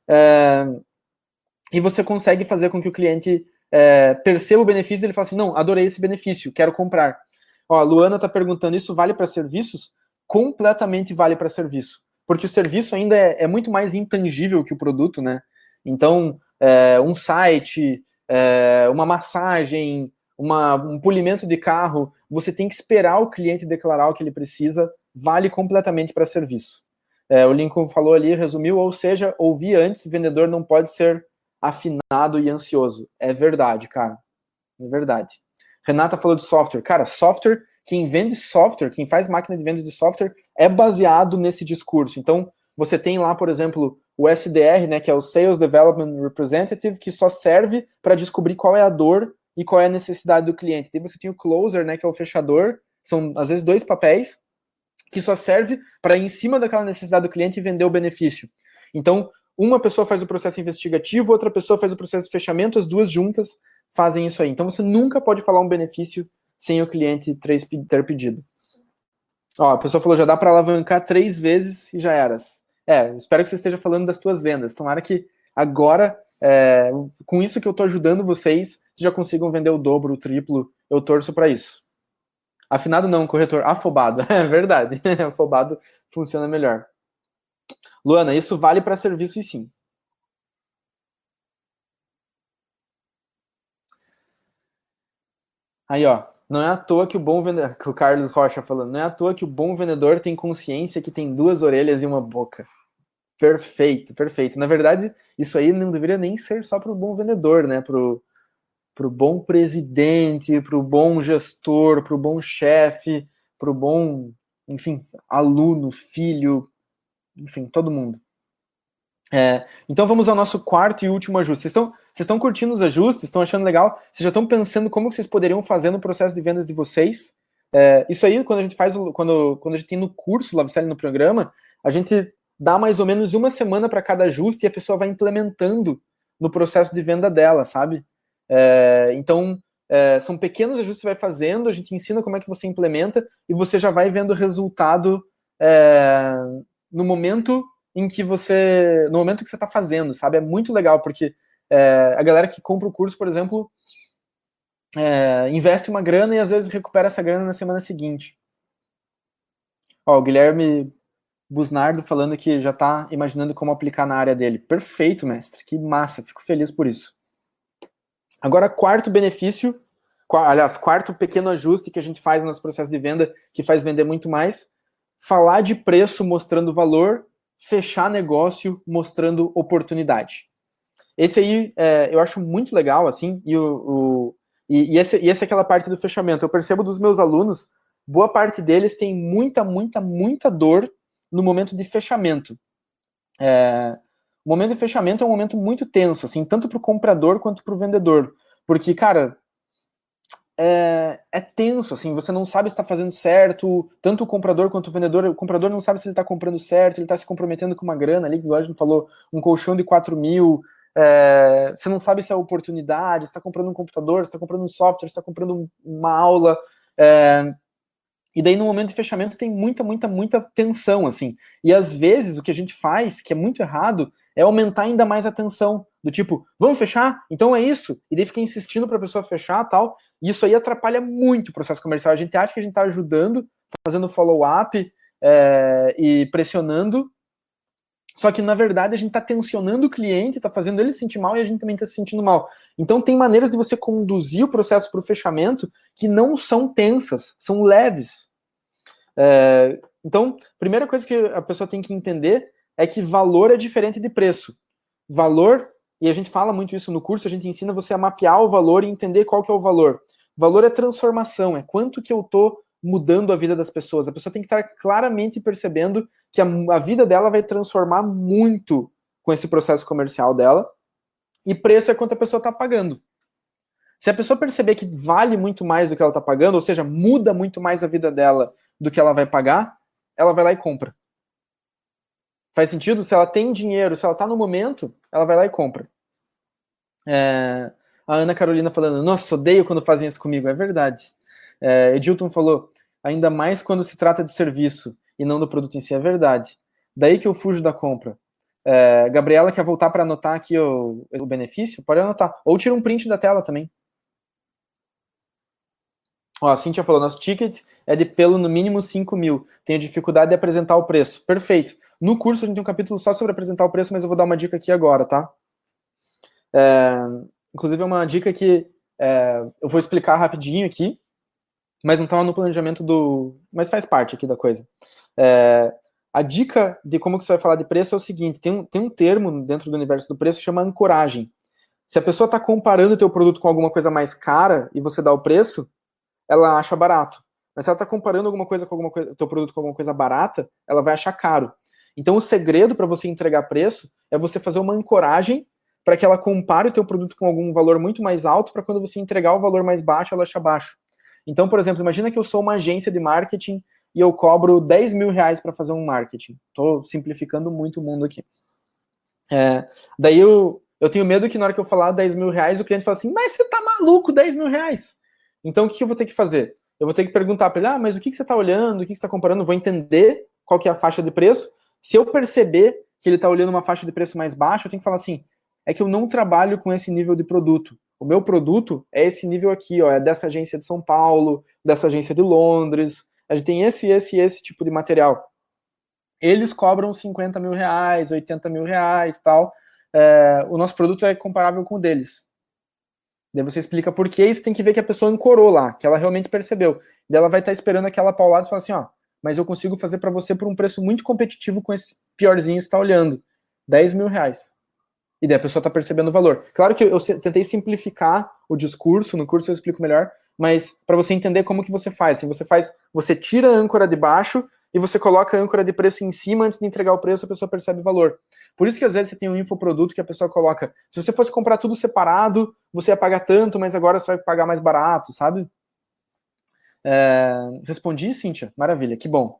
E você consegue fazer com que o cliente perceba o benefício e ele fala assim, não, adorei esse benefício, quero comprar. A Luana está perguntando, isso vale para serviços? Completamente vale para serviço. Porque o serviço ainda é muito mais intangível que o produto, né? Então, um site, uma massagem, um polimento de carro, você tem que esperar o cliente declarar o que ele precisa, vale completamente para serviço. O Lincoln falou ali, resumiu, ou seja, ouvir antes, vendedor não pode ser afinado e ansioso. É verdade, cara. É verdade. Renata falou de software. Cara, software, quem vende software, quem faz máquina de vendas de software, é baseado nesse discurso. Então, você tem lá, por exemplo, o SDR, né, que é o Sales Development Representative, que só serve para descobrir qual é a dor e qual é a necessidade do cliente. Daí você tem o Closer, né, que é o fechador, são às vezes 2 papéis, que só serve para ir em cima daquela necessidade do cliente e vender o benefício. Então, uma pessoa faz o processo investigativo, outra pessoa faz o processo de fechamento, as duas juntas fazem isso aí. Então, você nunca pode falar um benefício sem o cliente ter pedido. A pessoa falou, já dá para alavancar 3 vezes e já eras. Espero que você esteja falando das tuas vendas. Tomara que agora, com isso que eu estou ajudando vocês já consigam vender o dobro, o triplo. Eu torço para isso. Afinado não, corretor. Afobado. É verdade. Afobado funciona melhor. Luana, isso vale para serviços sim. Aí, não é à toa que o bom vendedor, que o Carlos Rocha falando, não é à toa que o bom vendedor tem consciência que tem 2 orelhas e uma boca. Perfeito, perfeito. Na verdade, isso aí não deveria nem ser só para o bom vendedor, né? Para o bom presidente, para o bom gestor, para o bom chefe, para o bom enfim, aluno, filho, enfim, todo mundo. Então vamos ao nosso quarto e último ajuste. Vocês estão curtindo os ajustes? Estão achando legal? Vocês já estão pensando como vocês poderiam fazer no processo de vendas de vocês? Isso aí, quando a gente faz, quando a gente tem no curso, Lifestyle no programa, a gente dá mais ou menos uma semana para cada ajuste e a pessoa vai implementando no processo de venda dela, sabe? Então, são pequenos ajustes que você vai fazendo, a gente ensina como é que você implementa e você já vai vendo o resultado no momento que você está fazendo, sabe? É muito legal, porque a galera que compra o curso, por exemplo, investe uma grana e às vezes recupera essa grana na semana seguinte. Ó, o Guilherme Busnardo falando que já está imaginando como aplicar na área dele. Perfeito, mestre. Que massa, fico feliz por isso. Agora, quarto benefício, quarto pequeno ajuste que a gente faz no nosso processo de venda, que faz vender muito mais, falar de preço mostrando valor, fechar negócio mostrando oportunidade. Esse aí eu acho muito legal, assim, e essa é aquela parte do fechamento. Eu percebo dos meus alunos, boa parte deles tem muita dor no momento de fechamento. O momento de fechamento é um momento muito tenso, assim, tanto para o comprador quanto para o vendedor. Porque, cara, é tenso, assim, você não sabe se está fazendo certo, tanto o comprador quanto o vendedor. O comprador não sabe se ele está comprando certo, ele está se comprometendo com uma grana ali, igual a gente falou, um colchão de 4 mil, você não sabe se é oportunidade, se está comprando um computador, se está comprando um software, se está comprando uma aula, e daí no momento de fechamento tem muita tensão, assim, e às vezes o que a gente faz, que é muito errado, é aumentar ainda mais a tensão, do tipo, vamos fechar? Então é isso, e daí fica insistindo para a pessoa fechar, tal, e isso aí atrapalha muito o processo comercial. A gente acha que a gente está ajudando, fazendo follow-up e pressionando, só que, na verdade, a gente está tensionando o cliente, está fazendo ele se sentir mal e a gente também está se sentindo mal. Então, tem maneiras de você conduzir o processo para o fechamento que não são tensas, são leves. Então, primeira coisa que a pessoa tem que entender é que valor é diferente de preço. Valor, e a gente fala muito isso no curso, a gente ensina você a mapear o valor e entender qual que é o valor. Valor é transformação, é quanto que eu estou mudando a vida das pessoas. A pessoa tem que estar claramente percebendo que a vida dela vai transformar muito com esse processo comercial dela, e preço é quanto a pessoa está pagando. Se a pessoa perceber que vale muito mais do que ela está pagando, ou seja, muda muito mais a vida dela do que ela vai pagar, ela vai lá e compra. Faz sentido? Se ela tem dinheiro, se ela está no momento, ela vai lá e compra. A Ana Carolina falando, nossa, odeio quando fazem isso comigo. É verdade. Edilton falou, ainda mais quando se trata de serviço e não do produto em si. É verdade. Daí que eu fujo da compra. Gabriela quer voltar para anotar aqui o benefício? Pode anotar. Ou tira um print da tela também. Ó, a Cíntia falou, nosso ticket é de pelo no mínimo 5 mil. Tenho dificuldade de apresentar o preço. Perfeito. No curso a gente tem um capítulo só sobre apresentar o preço, mas eu vou dar uma dica aqui agora, tá? Inclusive é uma dica que eu vou explicar rapidinho aqui, mas não estava no planejamento mas faz parte aqui da coisa. A dica de como que você vai falar de preço é o seguinte, tem um termo dentro do universo do preço que chama ancoragem. Se a pessoa está comparando o teu produto com alguma coisa mais cara e você dá o preço, ela acha barato. Mas se ela está comparando o teu produto com alguma coisa barata, ela vai achar caro. Então o segredo para você entregar preço é você fazer uma ancoragem para que ela compare o teu produto com algum valor muito mais alto, para quando você entregar o valor mais baixo, ela acha baixo. Então, por exemplo, imagina que eu sou uma agência de marketing e eu cobro 10 mil reais para fazer um marketing. Estou simplificando muito o mundo aqui. Daí eu tenho medo que na hora que eu falar 10 mil reais, o cliente fala assim, mas você tá maluco, 10 mil reais? Então, o que eu vou ter que fazer? Eu vou ter que perguntar para ele, mas o que você está olhando, o que você está comparando? Eu vou entender qual que é a faixa de preço. Se eu perceber que ele está olhando uma faixa de preço mais baixa, eu tenho que falar assim, é que eu não trabalho com esse nível de produto. O meu produto é esse nível aqui, ó, é dessa agência de São Paulo, dessa agência de Londres, a gente tem esse tipo de material. Eles cobram 50 mil reais, 80 mil reais, tal. O nosso produto é comparável com o deles. Daí você explica por quê, e você tem que ver que a pessoa ancorou lá, que ela realmente percebeu. Daí ela vai estar esperando aquela paulada e falar assim, ó, mas eu consigo fazer para você por um preço muito competitivo com esse piorzinho que você está olhando. 10 mil reais. E daí a pessoa está percebendo o valor. Claro que eu tentei simplificar o discurso, no curso eu explico melhor, mas para você entender como que você faz. Se você tira a âncora de baixo, e você coloca a âncora de preço em cima antes de entregar o preço, a pessoa percebe o valor. Por isso que às vezes você tem um infoproduto que a pessoa coloca, se você fosse comprar tudo separado, você ia pagar tanto, mas agora você vai pagar mais barato, sabe? Respondi, Cíntia? Maravilha, que bom.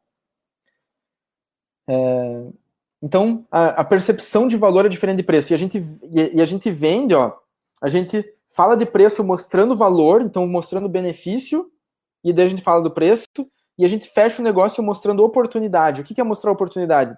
Então, a percepção de valor é diferente de preço. E a gente vende, ó, a gente fala de preço mostrando valor, então mostrando benefício, e daí a gente fala do preço, e a gente fecha o negócio mostrando oportunidade. O que é mostrar oportunidade?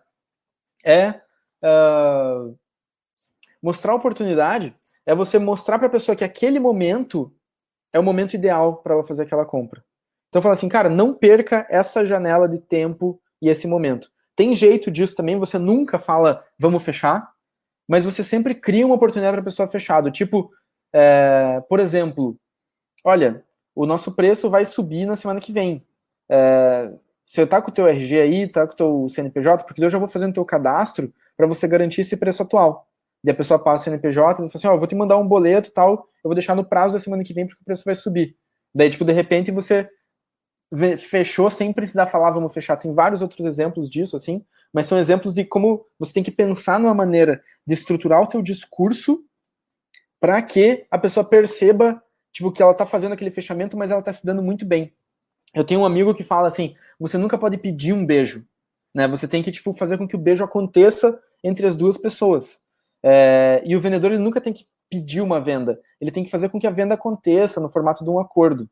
Mostrar oportunidade é você mostrar para a pessoa que aquele momento é o momento ideal para ela fazer aquela compra. Então, fala assim, cara, não perca essa janela de tempo e esse momento. Tem jeito disso também, você nunca fala, vamos fechar, mas você sempre cria uma oportunidade para a pessoa fechar. Do tipo, por exemplo, olha, o nosso preço vai subir na semana que vem. Você tá com o teu RG aí, tá com o teu CNPJ, porque eu já vou fazendo o teu cadastro para você garantir esse preço atual. E a pessoa passa o CNPJ e fala assim, ó, eu vou te mandar um boleto e tal, eu vou deixar no prazo da semana que vem porque o preço vai subir. Daí, tipo, de repente você fechou sem precisar falar, vamos fechar. Tem vários outros exemplos disso, assim, mas são exemplos de como você tem que pensar numa maneira de estruturar o teu discurso para que a pessoa perceba, tipo, que ela tá fazendo aquele fechamento, mas ela tá se dando muito bem. Eu tenho um amigo que fala assim, você nunca pode pedir um beijo, né? Você tem que, tipo, fazer com que o beijo aconteça entre as duas pessoas. E o vendedor, ele nunca tem que pedir uma venda. Ele tem que fazer com que a venda aconteça no formato de um acordo.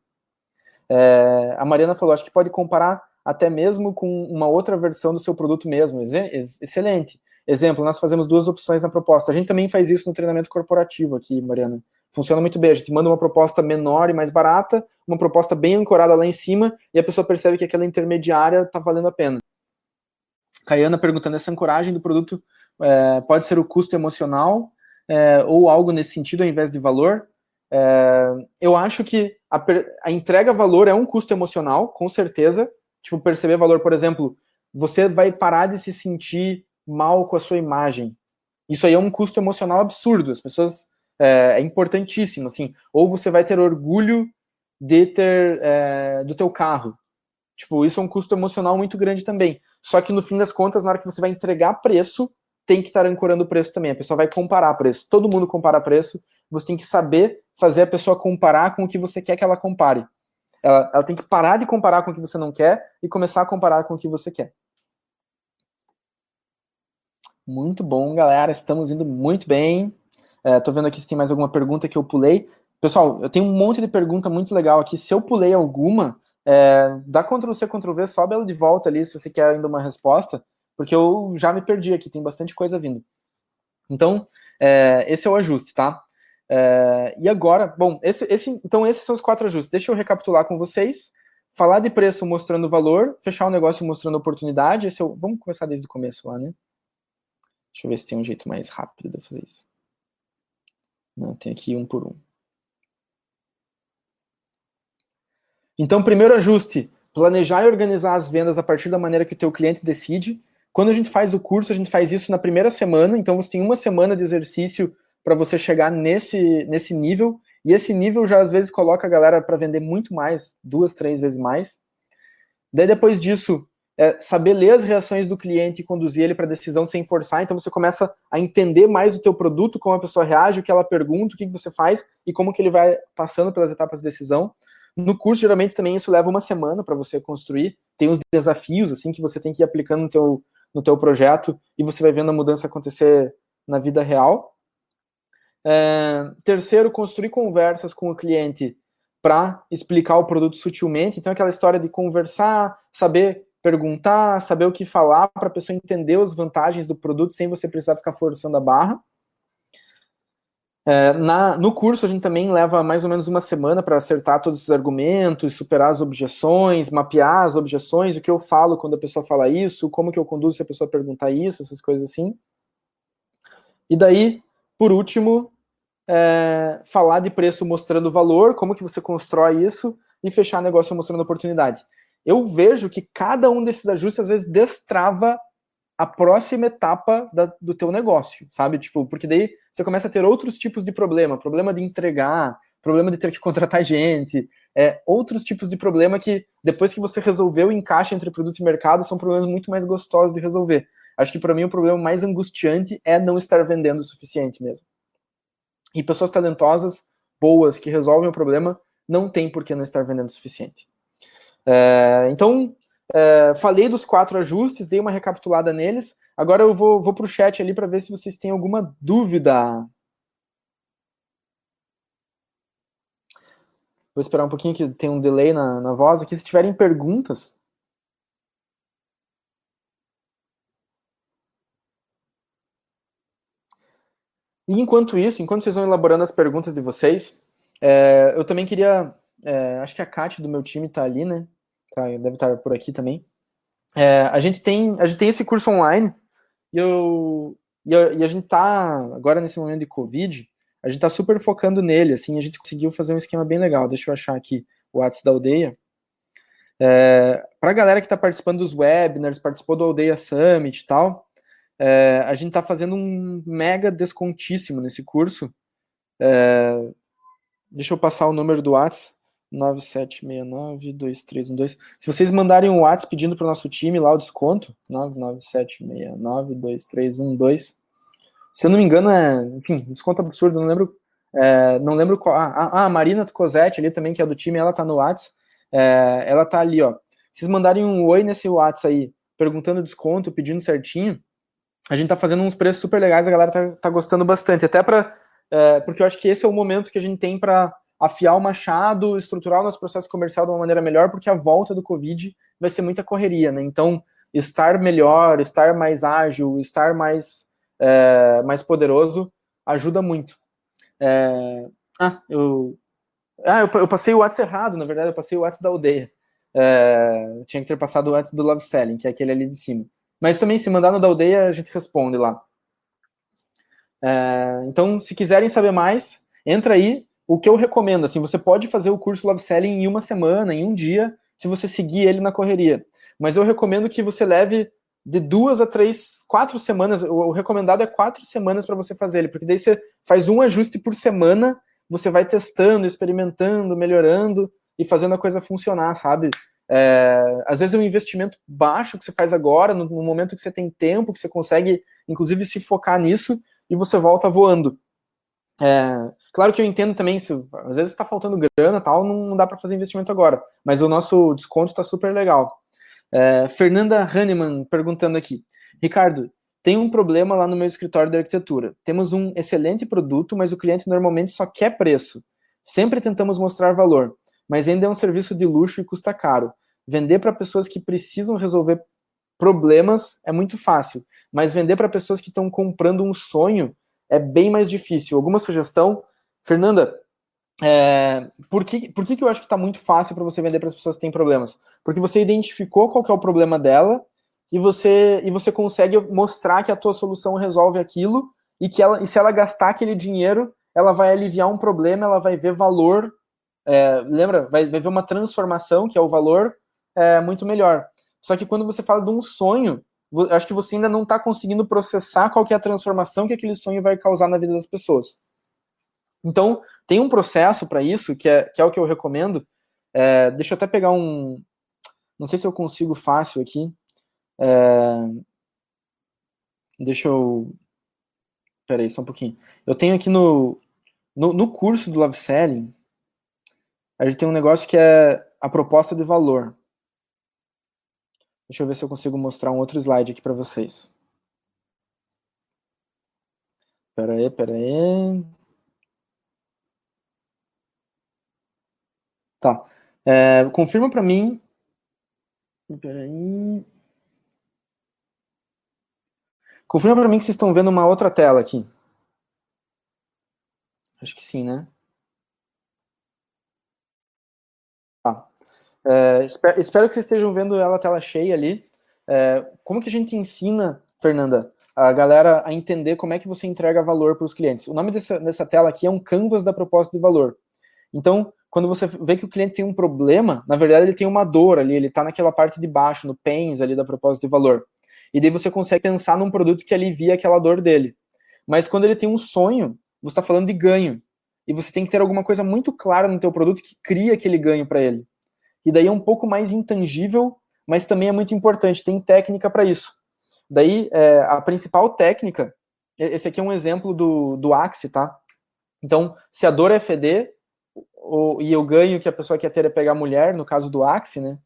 A Mariana falou, acho que pode comparar até mesmo com uma outra versão do seu produto mesmo. Excelente. Exemplo, nós fazemos 2 opções na proposta. A gente também faz isso no treinamento corporativo aqui, Mariana. Funciona muito bem. A gente manda uma proposta menor e mais barata, uma proposta bem ancorada lá em cima, e a pessoa percebe que aquela intermediária está valendo a pena. Caiana perguntando, essa ancoragem do produto pode ser o custo emocional ou algo nesse sentido ao invés de valor? Eu acho que a entrega valor é um custo emocional, com certeza. Tipo, perceber valor, por exemplo, você vai parar de se sentir mal com a sua imagem. Isso aí é um custo emocional absurdo. As pessoas... é importantíssimo, assim. Ou você vai ter orgulho de ter do teu carro. Tipo, isso é um custo emocional muito grande também. Só que no fim das contas, na hora que você vai entregar preço, tem que estar ancorando o preço também. A pessoa vai comparar preço. Todo mundo compara preço. Você tem que saber fazer a pessoa comparar com o que você quer que ela compare. Ela tem que parar de comparar com o que você não quer e começar a comparar com o que você quer. Muito bom, galera. Estamos indo muito bem. Tô vendo aqui se tem mais alguma pergunta que eu pulei. Pessoal, eu tenho um monte de pergunta muito legal aqui. Se eu pulei alguma, dá Ctrl+C, Ctrl+V, sobe ela de volta ali se você quer ainda uma resposta, porque eu já me perdi aqui, tem bastante coisa vindo. Então, esse é o ajuste, tá? E agora, bom, então esses são os 4 ajustes. Deixa eu recapitular com vocês. Falar de preço mostrando valor, fechar o negócio mostrando oportunidade. Vamos começar desde o começo lá, né? Deixa eu ver se tem um jeito mais rápido de fazer isso. Não, tem aqui um por um. Então, primeiro ajuste, planejar e organizar as vendas a partir da maneira que o teu cliente decide. Quando a gente faz o curso, a gente faz isso na primeira semana, então você tem uma semana de exercício para você chegar nesse nível, e esse nível já às vezes coloca a galera para vender muito mais, 2, 3 vezes mais. Daí depois disso, saber ler as reações do cliente e conduzir ele para a decisão sem forçar, então você começa a entender mais o teu produto, como a pessoa reage, o que ela pergunta, o que você faz e como que ele vai passando pelas etapas de decisão. No curso, geralmente, também isso leva uma semana para você construir, tem uns desafios assim que você tem que ir aplicando no teu projeto e você vai vendo a mudança acontecer na vida real. Terceiro, construir conversas com o cliente para explicar o produto sutilmente. Então, aquela história de conversar, saber perguntar, saber o que falar para a pessoa entender as vantagens do produto sem você precisar ficar forçando a barra. No curso, a gente também leva mais ou menos uma semana para acertar todos esses argumentos, superar as objeções, mapear as objeções, o que eu falo quando a pessoa fala isso, como que eu conduzo se a pessoa perguntar isso, essas coisas assim. E daí, por último, falar de preço mostrando valor, como que você constrói isso, e fechar negócio mostrando oportunidade. Eu vejo que cada um desses ajustes, às vezes, destrava a próxima etapa do teu negócio, sabe? Tipo, porque daí você começa a ter outros tipos de problema de entregar, problema de ter que contratar gente, outros tipos de problema que, depois que você resolveu o encaixe entre produto e mercado, são problemas muito mais gostosos de resolver. Acho que, para mim, o problema mais angustiante é não estar vendendo o suficiente mesmo. E pessoas talentosas, boas, que resolvem o problema, não tem por que não estar vendendo o suficiente. Então, falei dos 4 ajustes, dei uma recapitulada neles. Agora eu vou para o chat ali para ver se vocês têm alguma dúvida. Vou esperar um pouquinho que tem um delay na voz aqui. Se tiverem perguntas... E enquanto isso, enquanto vocês vão elaborando as perguntas de vocês, eu também queria... acho que a Kátia do meu time está ali, né? Deve estar por aqui também. A gente tem esse curso online e a gente está, agora nesse momento de Covid, a gente está super focando nele, assim, a gente conseguiu fazer um esquema bem legal. Deixa eu achar aqui o WhatsApp da Aldeia. Para a galera que está participando dos webinars, participou do Aldeia Summit e tal, a gente está fazendo um mega descontíssimo nesse curso. Deixa eu passar o número do WhatsApp, 97692312. Se vocês mandarem um WhatsApp pedindo para o nosso time lá o desconto, 997692312. Se eu não me engano, enfim, desconto absurdo, não lembro qual. A Marina Cosetti ali também, que é do time, ela tá no WhatsApp. Ela tá ali, ó. Se vocês mandarem um oi nesse WhatsApp aí, perguntando desconto, pedindo certinho, a gente tá fazendo uns preços super legais, a galera tá gostando bastante. Até porque eu acho que esse é o momento que a gente tem para afiar o machado, estruturar o nosso processo comercial de uma maneira melhor, porque a volta do Covid vai ser muita correria, né? Então, estar melhor, estar mais ágil, estar mais poderoso ajuda muito. Eu passei o WhatsApp errado, na verdade, eu passei o WhatsApp da Aldeia. Tinha que ter passado o WhatsApp do Love Selling, que é aquele ali de cima. Mas também, se mandar no da Aldeia, a gente responde lá. Então, se quiserem saber mais, entra aí. O que eu recomendo, assim, você pode fazer o curso Love Selling em uma semana, em um dia, se você seguir ele na correria. Mas eu recomendo que você leve de 2 a 3, 4 semanas. O recomendado é 4 semanas para você fazer ele, porque daí você faz um ajuste por semana, você vai testando, experimentando, melhorando e fazendo a coisa funcionar, sabe? Às vezes é um investimento baixo que você faz agora, no momento que você tem tempo, que você consegue, inclusive, se focar nisso, e você volta voando. Claro que eu entendo também, às vezes está faltando grana, tal, não dá para fazer investimento agora, mas o nosso desconto está super legal. Fernanda Hahnemann perguntando aqui: Ricardo, tem um problema lá no meu escritório de arquitetura. Temos um excelente produto, mas o cliente normalmente só quer preço. Sempre tentamos mostrar valor, mas ainda é um serviço de luxo e custa caro. Vender para pessoas que precisam resolver problemas é muito fácil, mas vender para pessoas que estão comprando um sonho é bem mais difícil. Alguma sugestão? Fernanda, por que eu acho que está muito fácil para você vender para as pessoas que têm problemas? Porque você identificou qual que é o problema dela e você consegue mostrar que a tua solução resolve aquilo e se ela gastar aquele dinheiro, ela vai aliviar um problema, ela vai ver valor, lembra? Vai ver uma transformação, que é o valor, muito melhor. Só que quando você fala de um sonho, acho que você ainda não está conseguindo processar qual que é a transformação que aquele sonho vai causar na vida das pessoas. Então, tem um processo para isso, que é o que eu recomendo. Deixa eu até pegar um... Não sei se eu consigo fácil aqui. Deixa eu... Peraí, só um pouquinho. Eu tenho aqui no curso do Love Selling, a gente tem um negócio que é a proposta de valor. Deixa eu ver se eu consigo mostrar um outro slide aqui para vocês. Peraí. Tá. Confirma para mim. Peraí. Confirma para mim que vocês estão vendo uma outra tela aqui. Acho que sim, né? Tá. Espero que vocês estejam vendo ela tela cheia ali. Como que a gente ensina, Fernanda, a galera a entender como é que você entrega valor para os clientes? O nome dessa tela aqui é um canvas da proposta de valor. Então, quando você vê que o cliente tem um problema, na verdade ele tem uma dor ali, ele está naquela parte de baixo, no pains ali da proposta de valor. E daí você consegue pensar num produto que alivia aquela dor dele. Mas quando ele tem um sonho, você está falando de ganho. e você tem que ter alguma coisa muito clara no teu produto que cria aquele ganho para ele. E daí é um pouco mais intangível, mas também é muito importante, tem técnica para isso. Daí, a principal técnica, esse aqui é um exemplo do Axe, tá? Então, se a dor é feder, e o ganho que a pessoa quer ter é pegar mulher, no caso do Axe, né?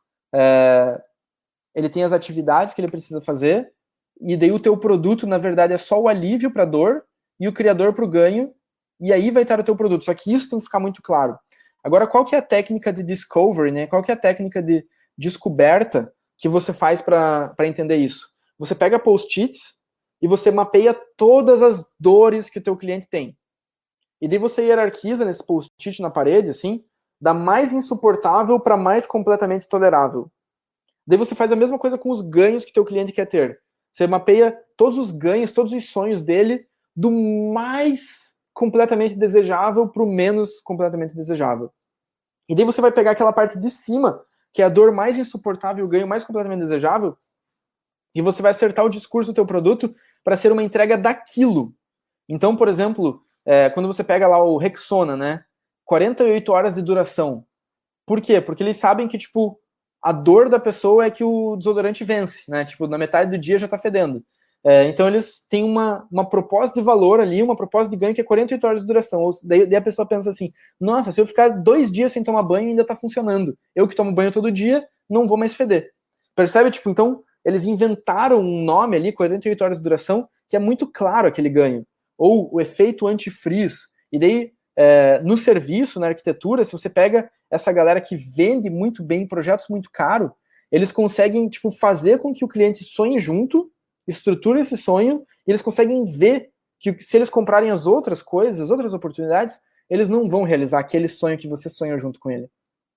Ele tem as atividades que ele precisa fazer, e daí o teu produto, na verdade, é só o alívio para a dor e o criador para o ganho, e aí vai estar o teu produto. Só que isso tem que ficar muito claro. Agora, qual que é a técnica de discovery, né? Qual que é a técnica de descoberta que você faz para entender isso? Você pega post-its e você mapeia todas as dores que o teu cliente tem. E daí você hierarquiza nesse post-it na parede, assim, da mais insuportável para mais completamente tolerável. Daí você faz a mesma coisa com os ganhos que teu cliente quer ter. Você mapeia todos os ganhos, todos os sonhos dele, do mais completamente desejável para o menos completamente desejável. E daí você vai pegar aquela parte de cima, que é a dor mais insuportável e o ganho mais completamente desejável, e você vai acertar o discurso do teu produto para ser uma entrega daquilo. Então, por exemplo, quando você pega lá o Rexona, né? 48 horas de duração. Por quê? Porque eles sabem que, tipo, a dor da pessoa é que o desodorante vence, né? Tipo, na metade do dia já tá fedendo. Então eles têm uma proposta de valor ali, uma proposta de ganho que é 48 horas de duração. Daí a pessoa pensa assim, nossa, se eu ficar 2 dias sem tomar banho, ainda tá funcionando. Eu que tomo banho todo dia, não vou mais feder. Percebe? Tipo, então, eles inventaram um nome ali, 48 horas de duração, que é muito claro aquele ganho. Ou o efeito anti-freeze. E daí, no serviço, na arquitetura, se você pega essa galera que vende muito bem projetos muito caros, eles conseguem, tipo, fazer com que o cliente sonhe junto, estrutura esse sonho, e eles conseguem ver que se eles comprarem as outras coisas, as outras oportunidades, eles não vão realizar aquele sonho que você sonhou junto com ele.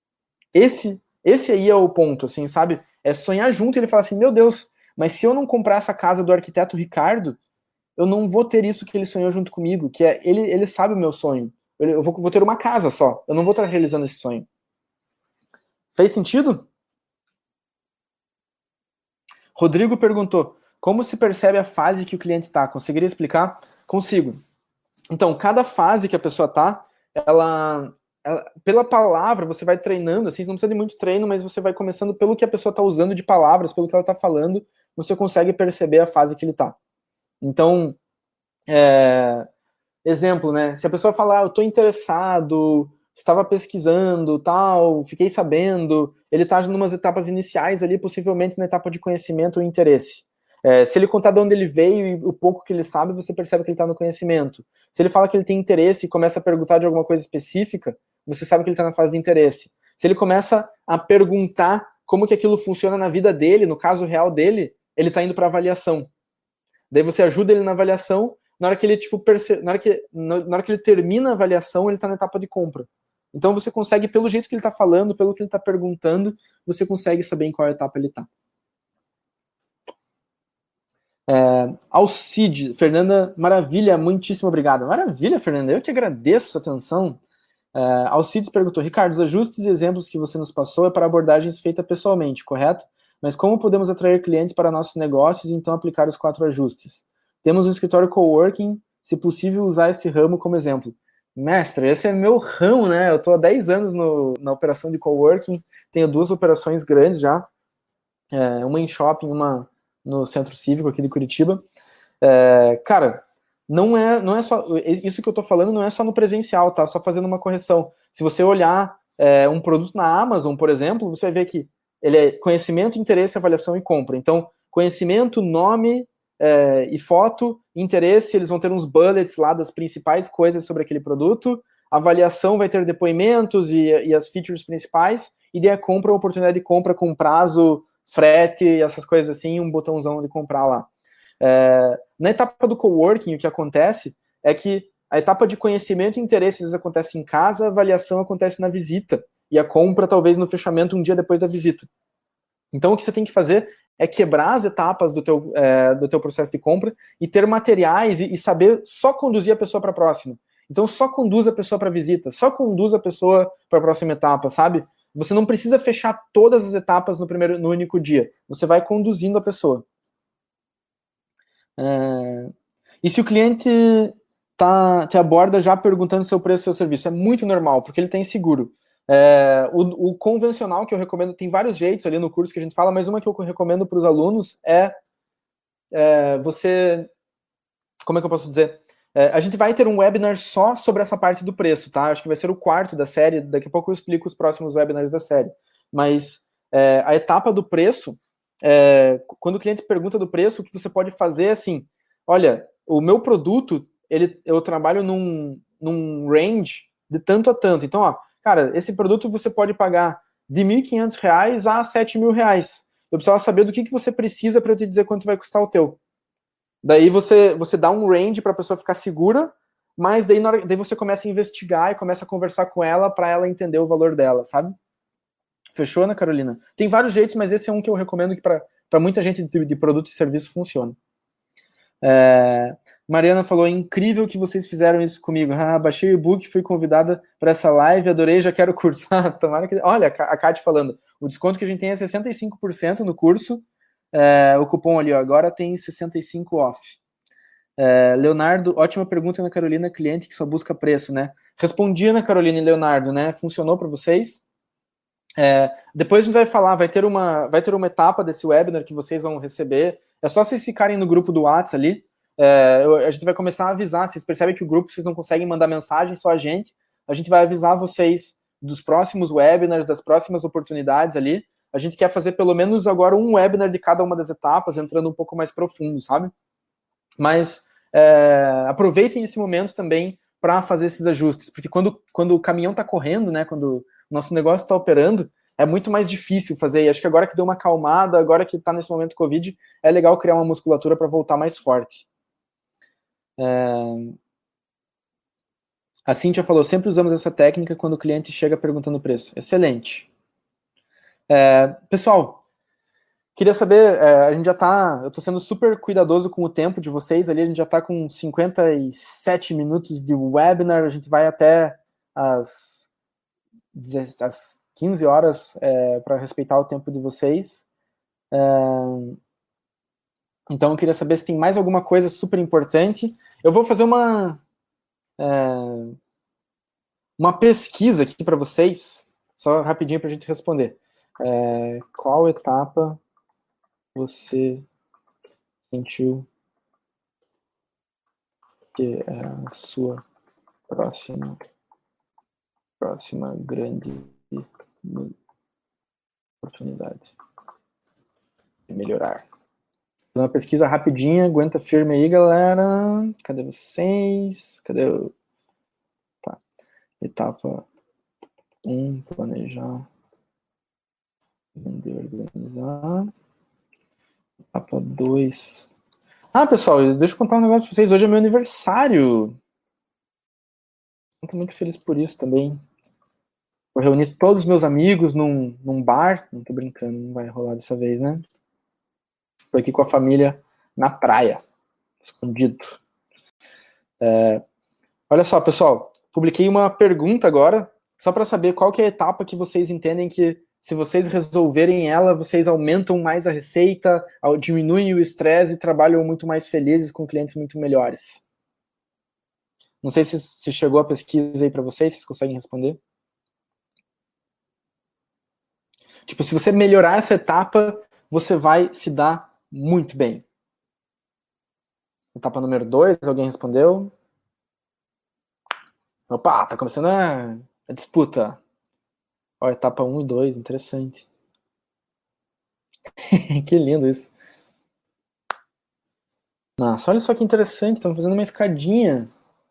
Esse aí é o ponto, assim, sabe? É sonhar junto e ele fala assim, meu Deus, mas se eu não comprar essa casa do arquiteto Ricardo, eu não vou ter isso que ele sonhou junto comigo, que é, ele sabe o meu sonho. Eu vou ter uma casa só, eu não vou estar realizando esse sonho. Fez sentido? Rodrigo perguntou, como se percebe a fase que o cliente está? Conseguiria explicar? Consigo. Então, cada fase que a pessoa está, ela, pela palavra, você vai treinando, assim, não precisa de muito treino, mas você vai começando pelo que a pessoa está usando de palavras, pelo que ela está falando, você consegue perceber a fase que ele está. Então, exemplo, né? Se a pessoa falar, eu estou interessado, estava pesquisando, tal, fiquei sabendo, ele está em umas etapas iniciais ali, possivelmente na etapa de conhecimento ou interesse. Se ele contar de onde ele veio e o pouco que ele sabe, você percebe que ele está no conhecimento. Se ele fala que ele tem interesse e começa a perguntar de alguma coisa específica, você sabe que ele está na fase de interesse. Se ele começa a perguntar como que aquilo funciona na vida dele, no caso real dele, ele está indo para avaliação. Daí você ajuda ele na avaliação, na hora que ele, tipo, na hora que ele termina a avaliação, ele está na etapa de compra. Então você consegue, pelo jeito que ele está falando, pelo que ele está perguntando, você consegue saber em qual etapa ele está. Alcide, Fernanda, maravilha, muitíssimo obrigado. Maravilha, Fernanda, eu que agradeço a atenção. Alcides perguntou, Ricardo, os ajustes e exemplos que você nos passou é para abordagens feitas pessoalmente, correto? Mas como podemos atrair clientes para nossos negócios e então aplicar os 4 ajustes? Temos um escritório coworking, se possível usar esse ramo como exemplo. Mestre, esse é meu ramo, né? Eu estou há 10 anos na operação de coworking, tenho 2 operações grandes já, uma em shopping, uma no Centro Cívico aqui de Curitiba. Cara, não é só, isso que eu tô falando não é só no presencial, tá? Só fazendo uma correção. Se você olhar um produto na Amazon, por exemplo, você vai ver que ele é conhecimento, interesse, avaliação e compra. Então, conhecimento, nome e foto, interesse, eles vão ter uns bullets lá das principais coisas sobre aquele produto, avaliação vai ter depoimentos e as features principais, e daí a compra, a oportunidade de compra com prazo, frete, essas coisas assim, um botãozão de comprar lá. Na etapa do coworking, o que acontece é que a etapa de conhecimento e interesse às vezes acontece em casa, a avaliação acontece na visita, e a compra talvez no fechamento um dia depois da visita. Então o que você tem que fazer é quebrar as etapas do teu processo de compra e ter materiais e saber só conduzir a pessoa para a próxima. Então só conduz a pessoa para a visita, só conduz a pessoa para a próxima etapa, sabe? Você não precisa fechar todas as etapas no único dia. Você vai conduzindo a pessoa. E se o cliente te aborda já perguntando seu preço do seu serviço. É muito normal, porque ele tem seguro. O convencional que eu recomendo, tem vários jeitos ali no curso que a gente fala, mas uma que eu recomendo para os alunos você... Como é que eu posso dizer? A gente vai ter um webinar só sobre essa parte do preço, tá? Acho que vai ser o 4º da série, daqui a pouco eu explico os próximos webinars da série. Mas a etapa do preço, quando o cliente pergunta do preço, o que você pode fazer é assim, olha, o meu produto, eu trabalho num range de tanto a tanto. Então, ó, cara, esse produto você pode pagar de R$ 1.500 a R$ 7.000. Eu precisava saber do que você precisa para eu te dizer quanto vai custar o teu. Daí você dá um range para a pessoa ficar segura, mas daí você começa a investigar e começa a conversar com ela para ela entender o valor dela, sabe? Fechou, Ana Carolina? Tem vários jeitos, mas esse é um que eu recomendo que para muita gente de produto e serviço funciona. Mariana falou, incrível que vocês fizeram isso comigo. Baixei o e-book, fui convidada para essa live, adorei, já quero o curso. Tomara que... Olha, a Kate falando, o desconto que a gente tem é 65% no curso, o cupom ali, ó, agora tem 65 off. Leonardo, ótima pergunta, Ana Carolina, cliente que só busca preço, né? Respondi, Ana Carolina e Leonardo, né? Funcionou para vocês? Depois a gente vai falar, vai ter uma etapa desse webinar que vocês vão receber. É só vocês ficarem no grupo do WhatsApp ali. A gente vai começar a avisar. Vocês percebem que o grupo vocês não conseguem mandar mensagem, só a gente vai avisar vocês dos próximos webinars, das próximas oportunidades ali. A gente quer fazer pelo menos agora um webinar de cada uma das etapas, entrando um pouco mais profundo, sabe? Mas aproveitem esse momento também para fazer esses ajustes, porque quando o caminhão está correndo, né, quando o nosso negócio está operando, é muito mais difícil fazer, e acho que agora que deu uma acalmada, agora que está nesse momento Covid, é legal criar uma musculatura para voltar mais forte. A Cíntia falou, sempre usamos essa técnica quando o cliente chega perguntando o preço. Excelente. Pessoal, queria saber, eu estou sendo super cuidadoso com o tempo de vocês ali, a gente já está com 57 minutos de webinar, a gente vai até as 15 horas para respeitar o tempo de vocês. Então, eu queria saber se tem mais alguma coisa super importante. Eu vou fazer uma pesquisa aqui para vocês, só rapidinho para a gente responder. Qual etapa você sentiu que é a sua próxima grande oportunidade de melhorar? Uma pesquisa rapidinha, aguenta firme aí, galera. Cadê vocês? Cadê o... Tá. Etapa 1, planejar, vender, organizar. Etapa 2. Pessoal, deixa eu contar um negócio pra vocês. Hoje é meu aniversário. Estou muito feliz por isso também. Vou reunir todos os meus amigos num bar. Não tô brincando, não vai rolar dessa vez, né? Estou aqui com a família na praia, escondido. Olha só, pessoal, publiquei uma pergunta agora, só para saber qual que é a etapa que vocês entendem que, se vocês resolverem ela, vocês aumentam mais a receita, diminuem o estresse e trabalham muito mais felizes com clientes muito melhores. Não sei se chegou a pesquisa aí para vocês conseguem responder. Tipo, se você melhorar essa etapa, você vai se dar muito bem. Etapa número 2, alguém respondeu? Opa, tá começando a disputa. Ó, etapa 1 e 2, interessante. Que lindo isso. Nossa, olha só que interessante, estamos fazendo uma escadinha.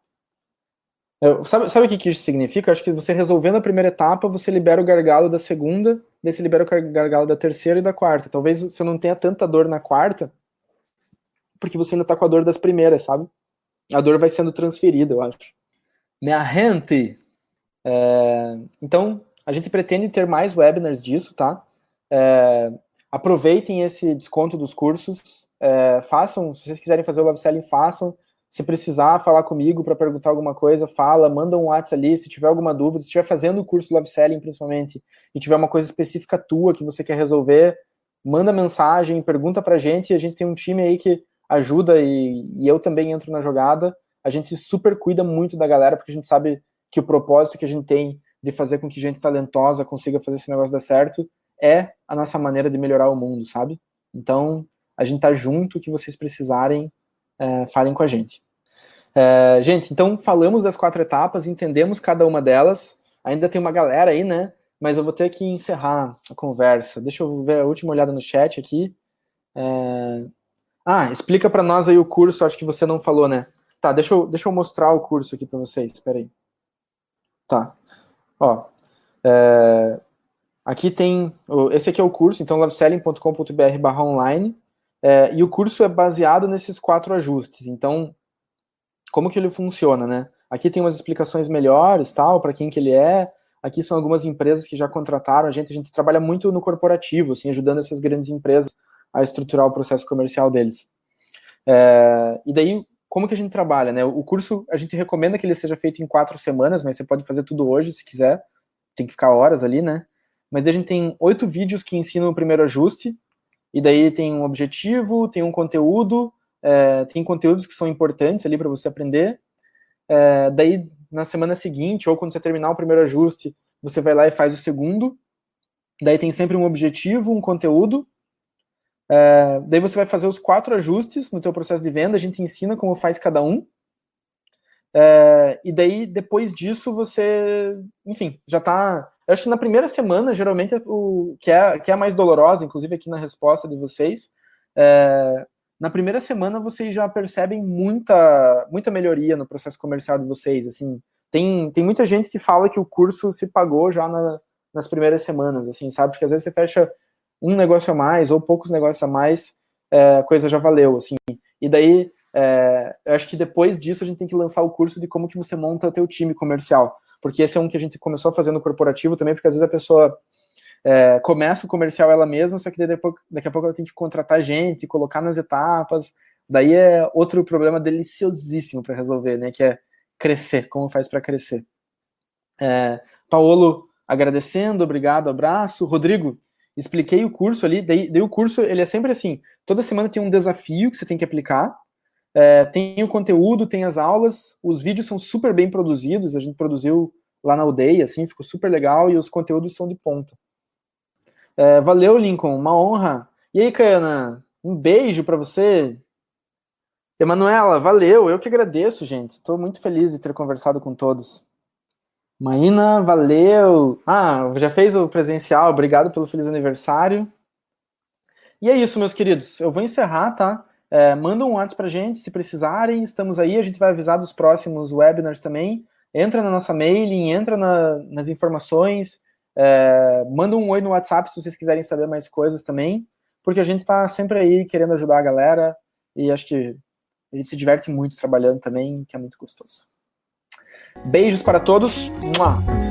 Sabe o que isso significa? Eu acho que você resolvendo a primeira etapa, você libera o gargalo da segunda, daí você libera o gargalo da terceira e da quarta. Talvez você não tenha tanta dor na quarta, porque você ainda tá com a dor das primeiras, sabe? A dor vai sendo transferida, eu acho. Minha gente! Então, a gente pretende ter mais webinars disso, tá? Aproveitem esse desconto dos cursos, façam, se vocês quiserem fazer o Love Selling, façam. Se precisar falar comigo para perguntar alguma coisa, manda um WhatsApp ali, se tiver alguma dúvida, se estiver fazendo o curso Love Selling, principalmente, e tiver uma coisa específica tua que você quer resolver, manda mensagem, pergunta pra gente, a gente tem um time aí que ajuda e eu também entro na jogada. a gente super cuida muito da galera, porque a gente sabe que o propósito que a gente tem de fazer com que gente talentosa consiga fazer esse negócio dar certo é a nossa maneira de melhorar o mundo, sabe? Então, a gente tá junto, o que vocês precisarem, falem com a gente. Gente, então falamos das 4 etapas, entendemos cada uma delas, ainda tem uma galera aí, né? Mas eu vou ter que encerrar a conversa. Deixa eu ver a última olhada no chat aqui. Explica para nós aí o curso, acho que você não falou, né? Tá, deixa eu mostrar o curso aqui para vocês, espera aí. Tá, ó, aqui tem, esse aqui é o curso, então loveselling.com.br/online, e o curso é baseado nesses 4 ajustes. Então, como que ele funciona, né? Aqui tem umas explicações melhores, tal, para quem que ele é. Aqui são algumas empresas que já contrataram a gente trabalha muito no corporativo, assim, ajudando essas grandes empresas a estruturar o processo comercial deles. E daí, como que a gente trabalha, né? O curso, a gente recomenda que ele seja feito em 4 semanas, mas você pode fazer tudo hoje, se quiser. Tem que ficar horas ali, né? Mas a gente tem 8 vídeos que ensinam o primeiro ajuste, e daí tem um objetivo, tem um conteúdo, tem conteúdos que são importantes ali para você aprender. Daí, na semana seguinte, ou quando você terminar o primeiro ajuste, você vai lá e faz o segundo. Daí tem sempre um objetivo, um conteúdo. Daí você vai fazer os 4 ajustes no teu processo de venda, a gente ensina como faz cada um. E daí, depois disso, você, enfim, já tá... Eu acho que na primeira semana, geralmente, que é a mais dolorosa, inclusive aqui na resposta de vocês, na primeira semana vocês já percebem muita melhoria no processo comercial de vocês, assim. Tem muita gente que fala que o curso se pagou já nas primeiras semanas, assim, sabe? Porque às vezes você fecha um negócio a mais, ou poucos negócios a mais, a coisa já valeu, assim. E daí, eu acho que depois disso a gente tem que lançar o curso de como que você monta o teu time comercial. Porque esse é um que a gente começou a fazer no corporativo também, porque às vezes a pessoa começa o comercial ela mesma, só que daqui a pouco ela tem que contratar gente, colocar nas etapas. Daí é outro problema deliciosíssimo para resolver, né? Que é crescer, como faz para crescer. Paolo agradecendo, obrigado, abraço. Rodrigo, expliquei o curso ali, daí o curso ele é sempre assim, toda semana tem um desafio que você tem que aplicar, tem o conteúdo, tem as aulas, os vídeos são super bem produzidos, a gente produziu lá na aldeia, assim, ficou super legal, e os conteúdos são de ponta. Valeu, Lincoln, uma honra. E aí, Caiana, um beijo para você. Emanuela, valeu, eu que agradeço, gente. Estou muito feliz de ter conversado com todos. Maína, valeu. Já fez o presencial, obrigado pelo feliz aniversário. E é isso, meus queridos, eu vou encerrar, tá? Manda um WhatsApp pra gente, se precisarem, estamos aí, a gente vai avisar dos próximos webinars também. Entra na nossa mailing, entra nas informações, manda um oi no WhatsApp se vocês quiserem saber mais coisas também, porque a gente está sempre aí querendo ajudar a galera, e acho que a gente se diverte muito trabalhando também, que é muito gostoso. Beijos para todos. Mua!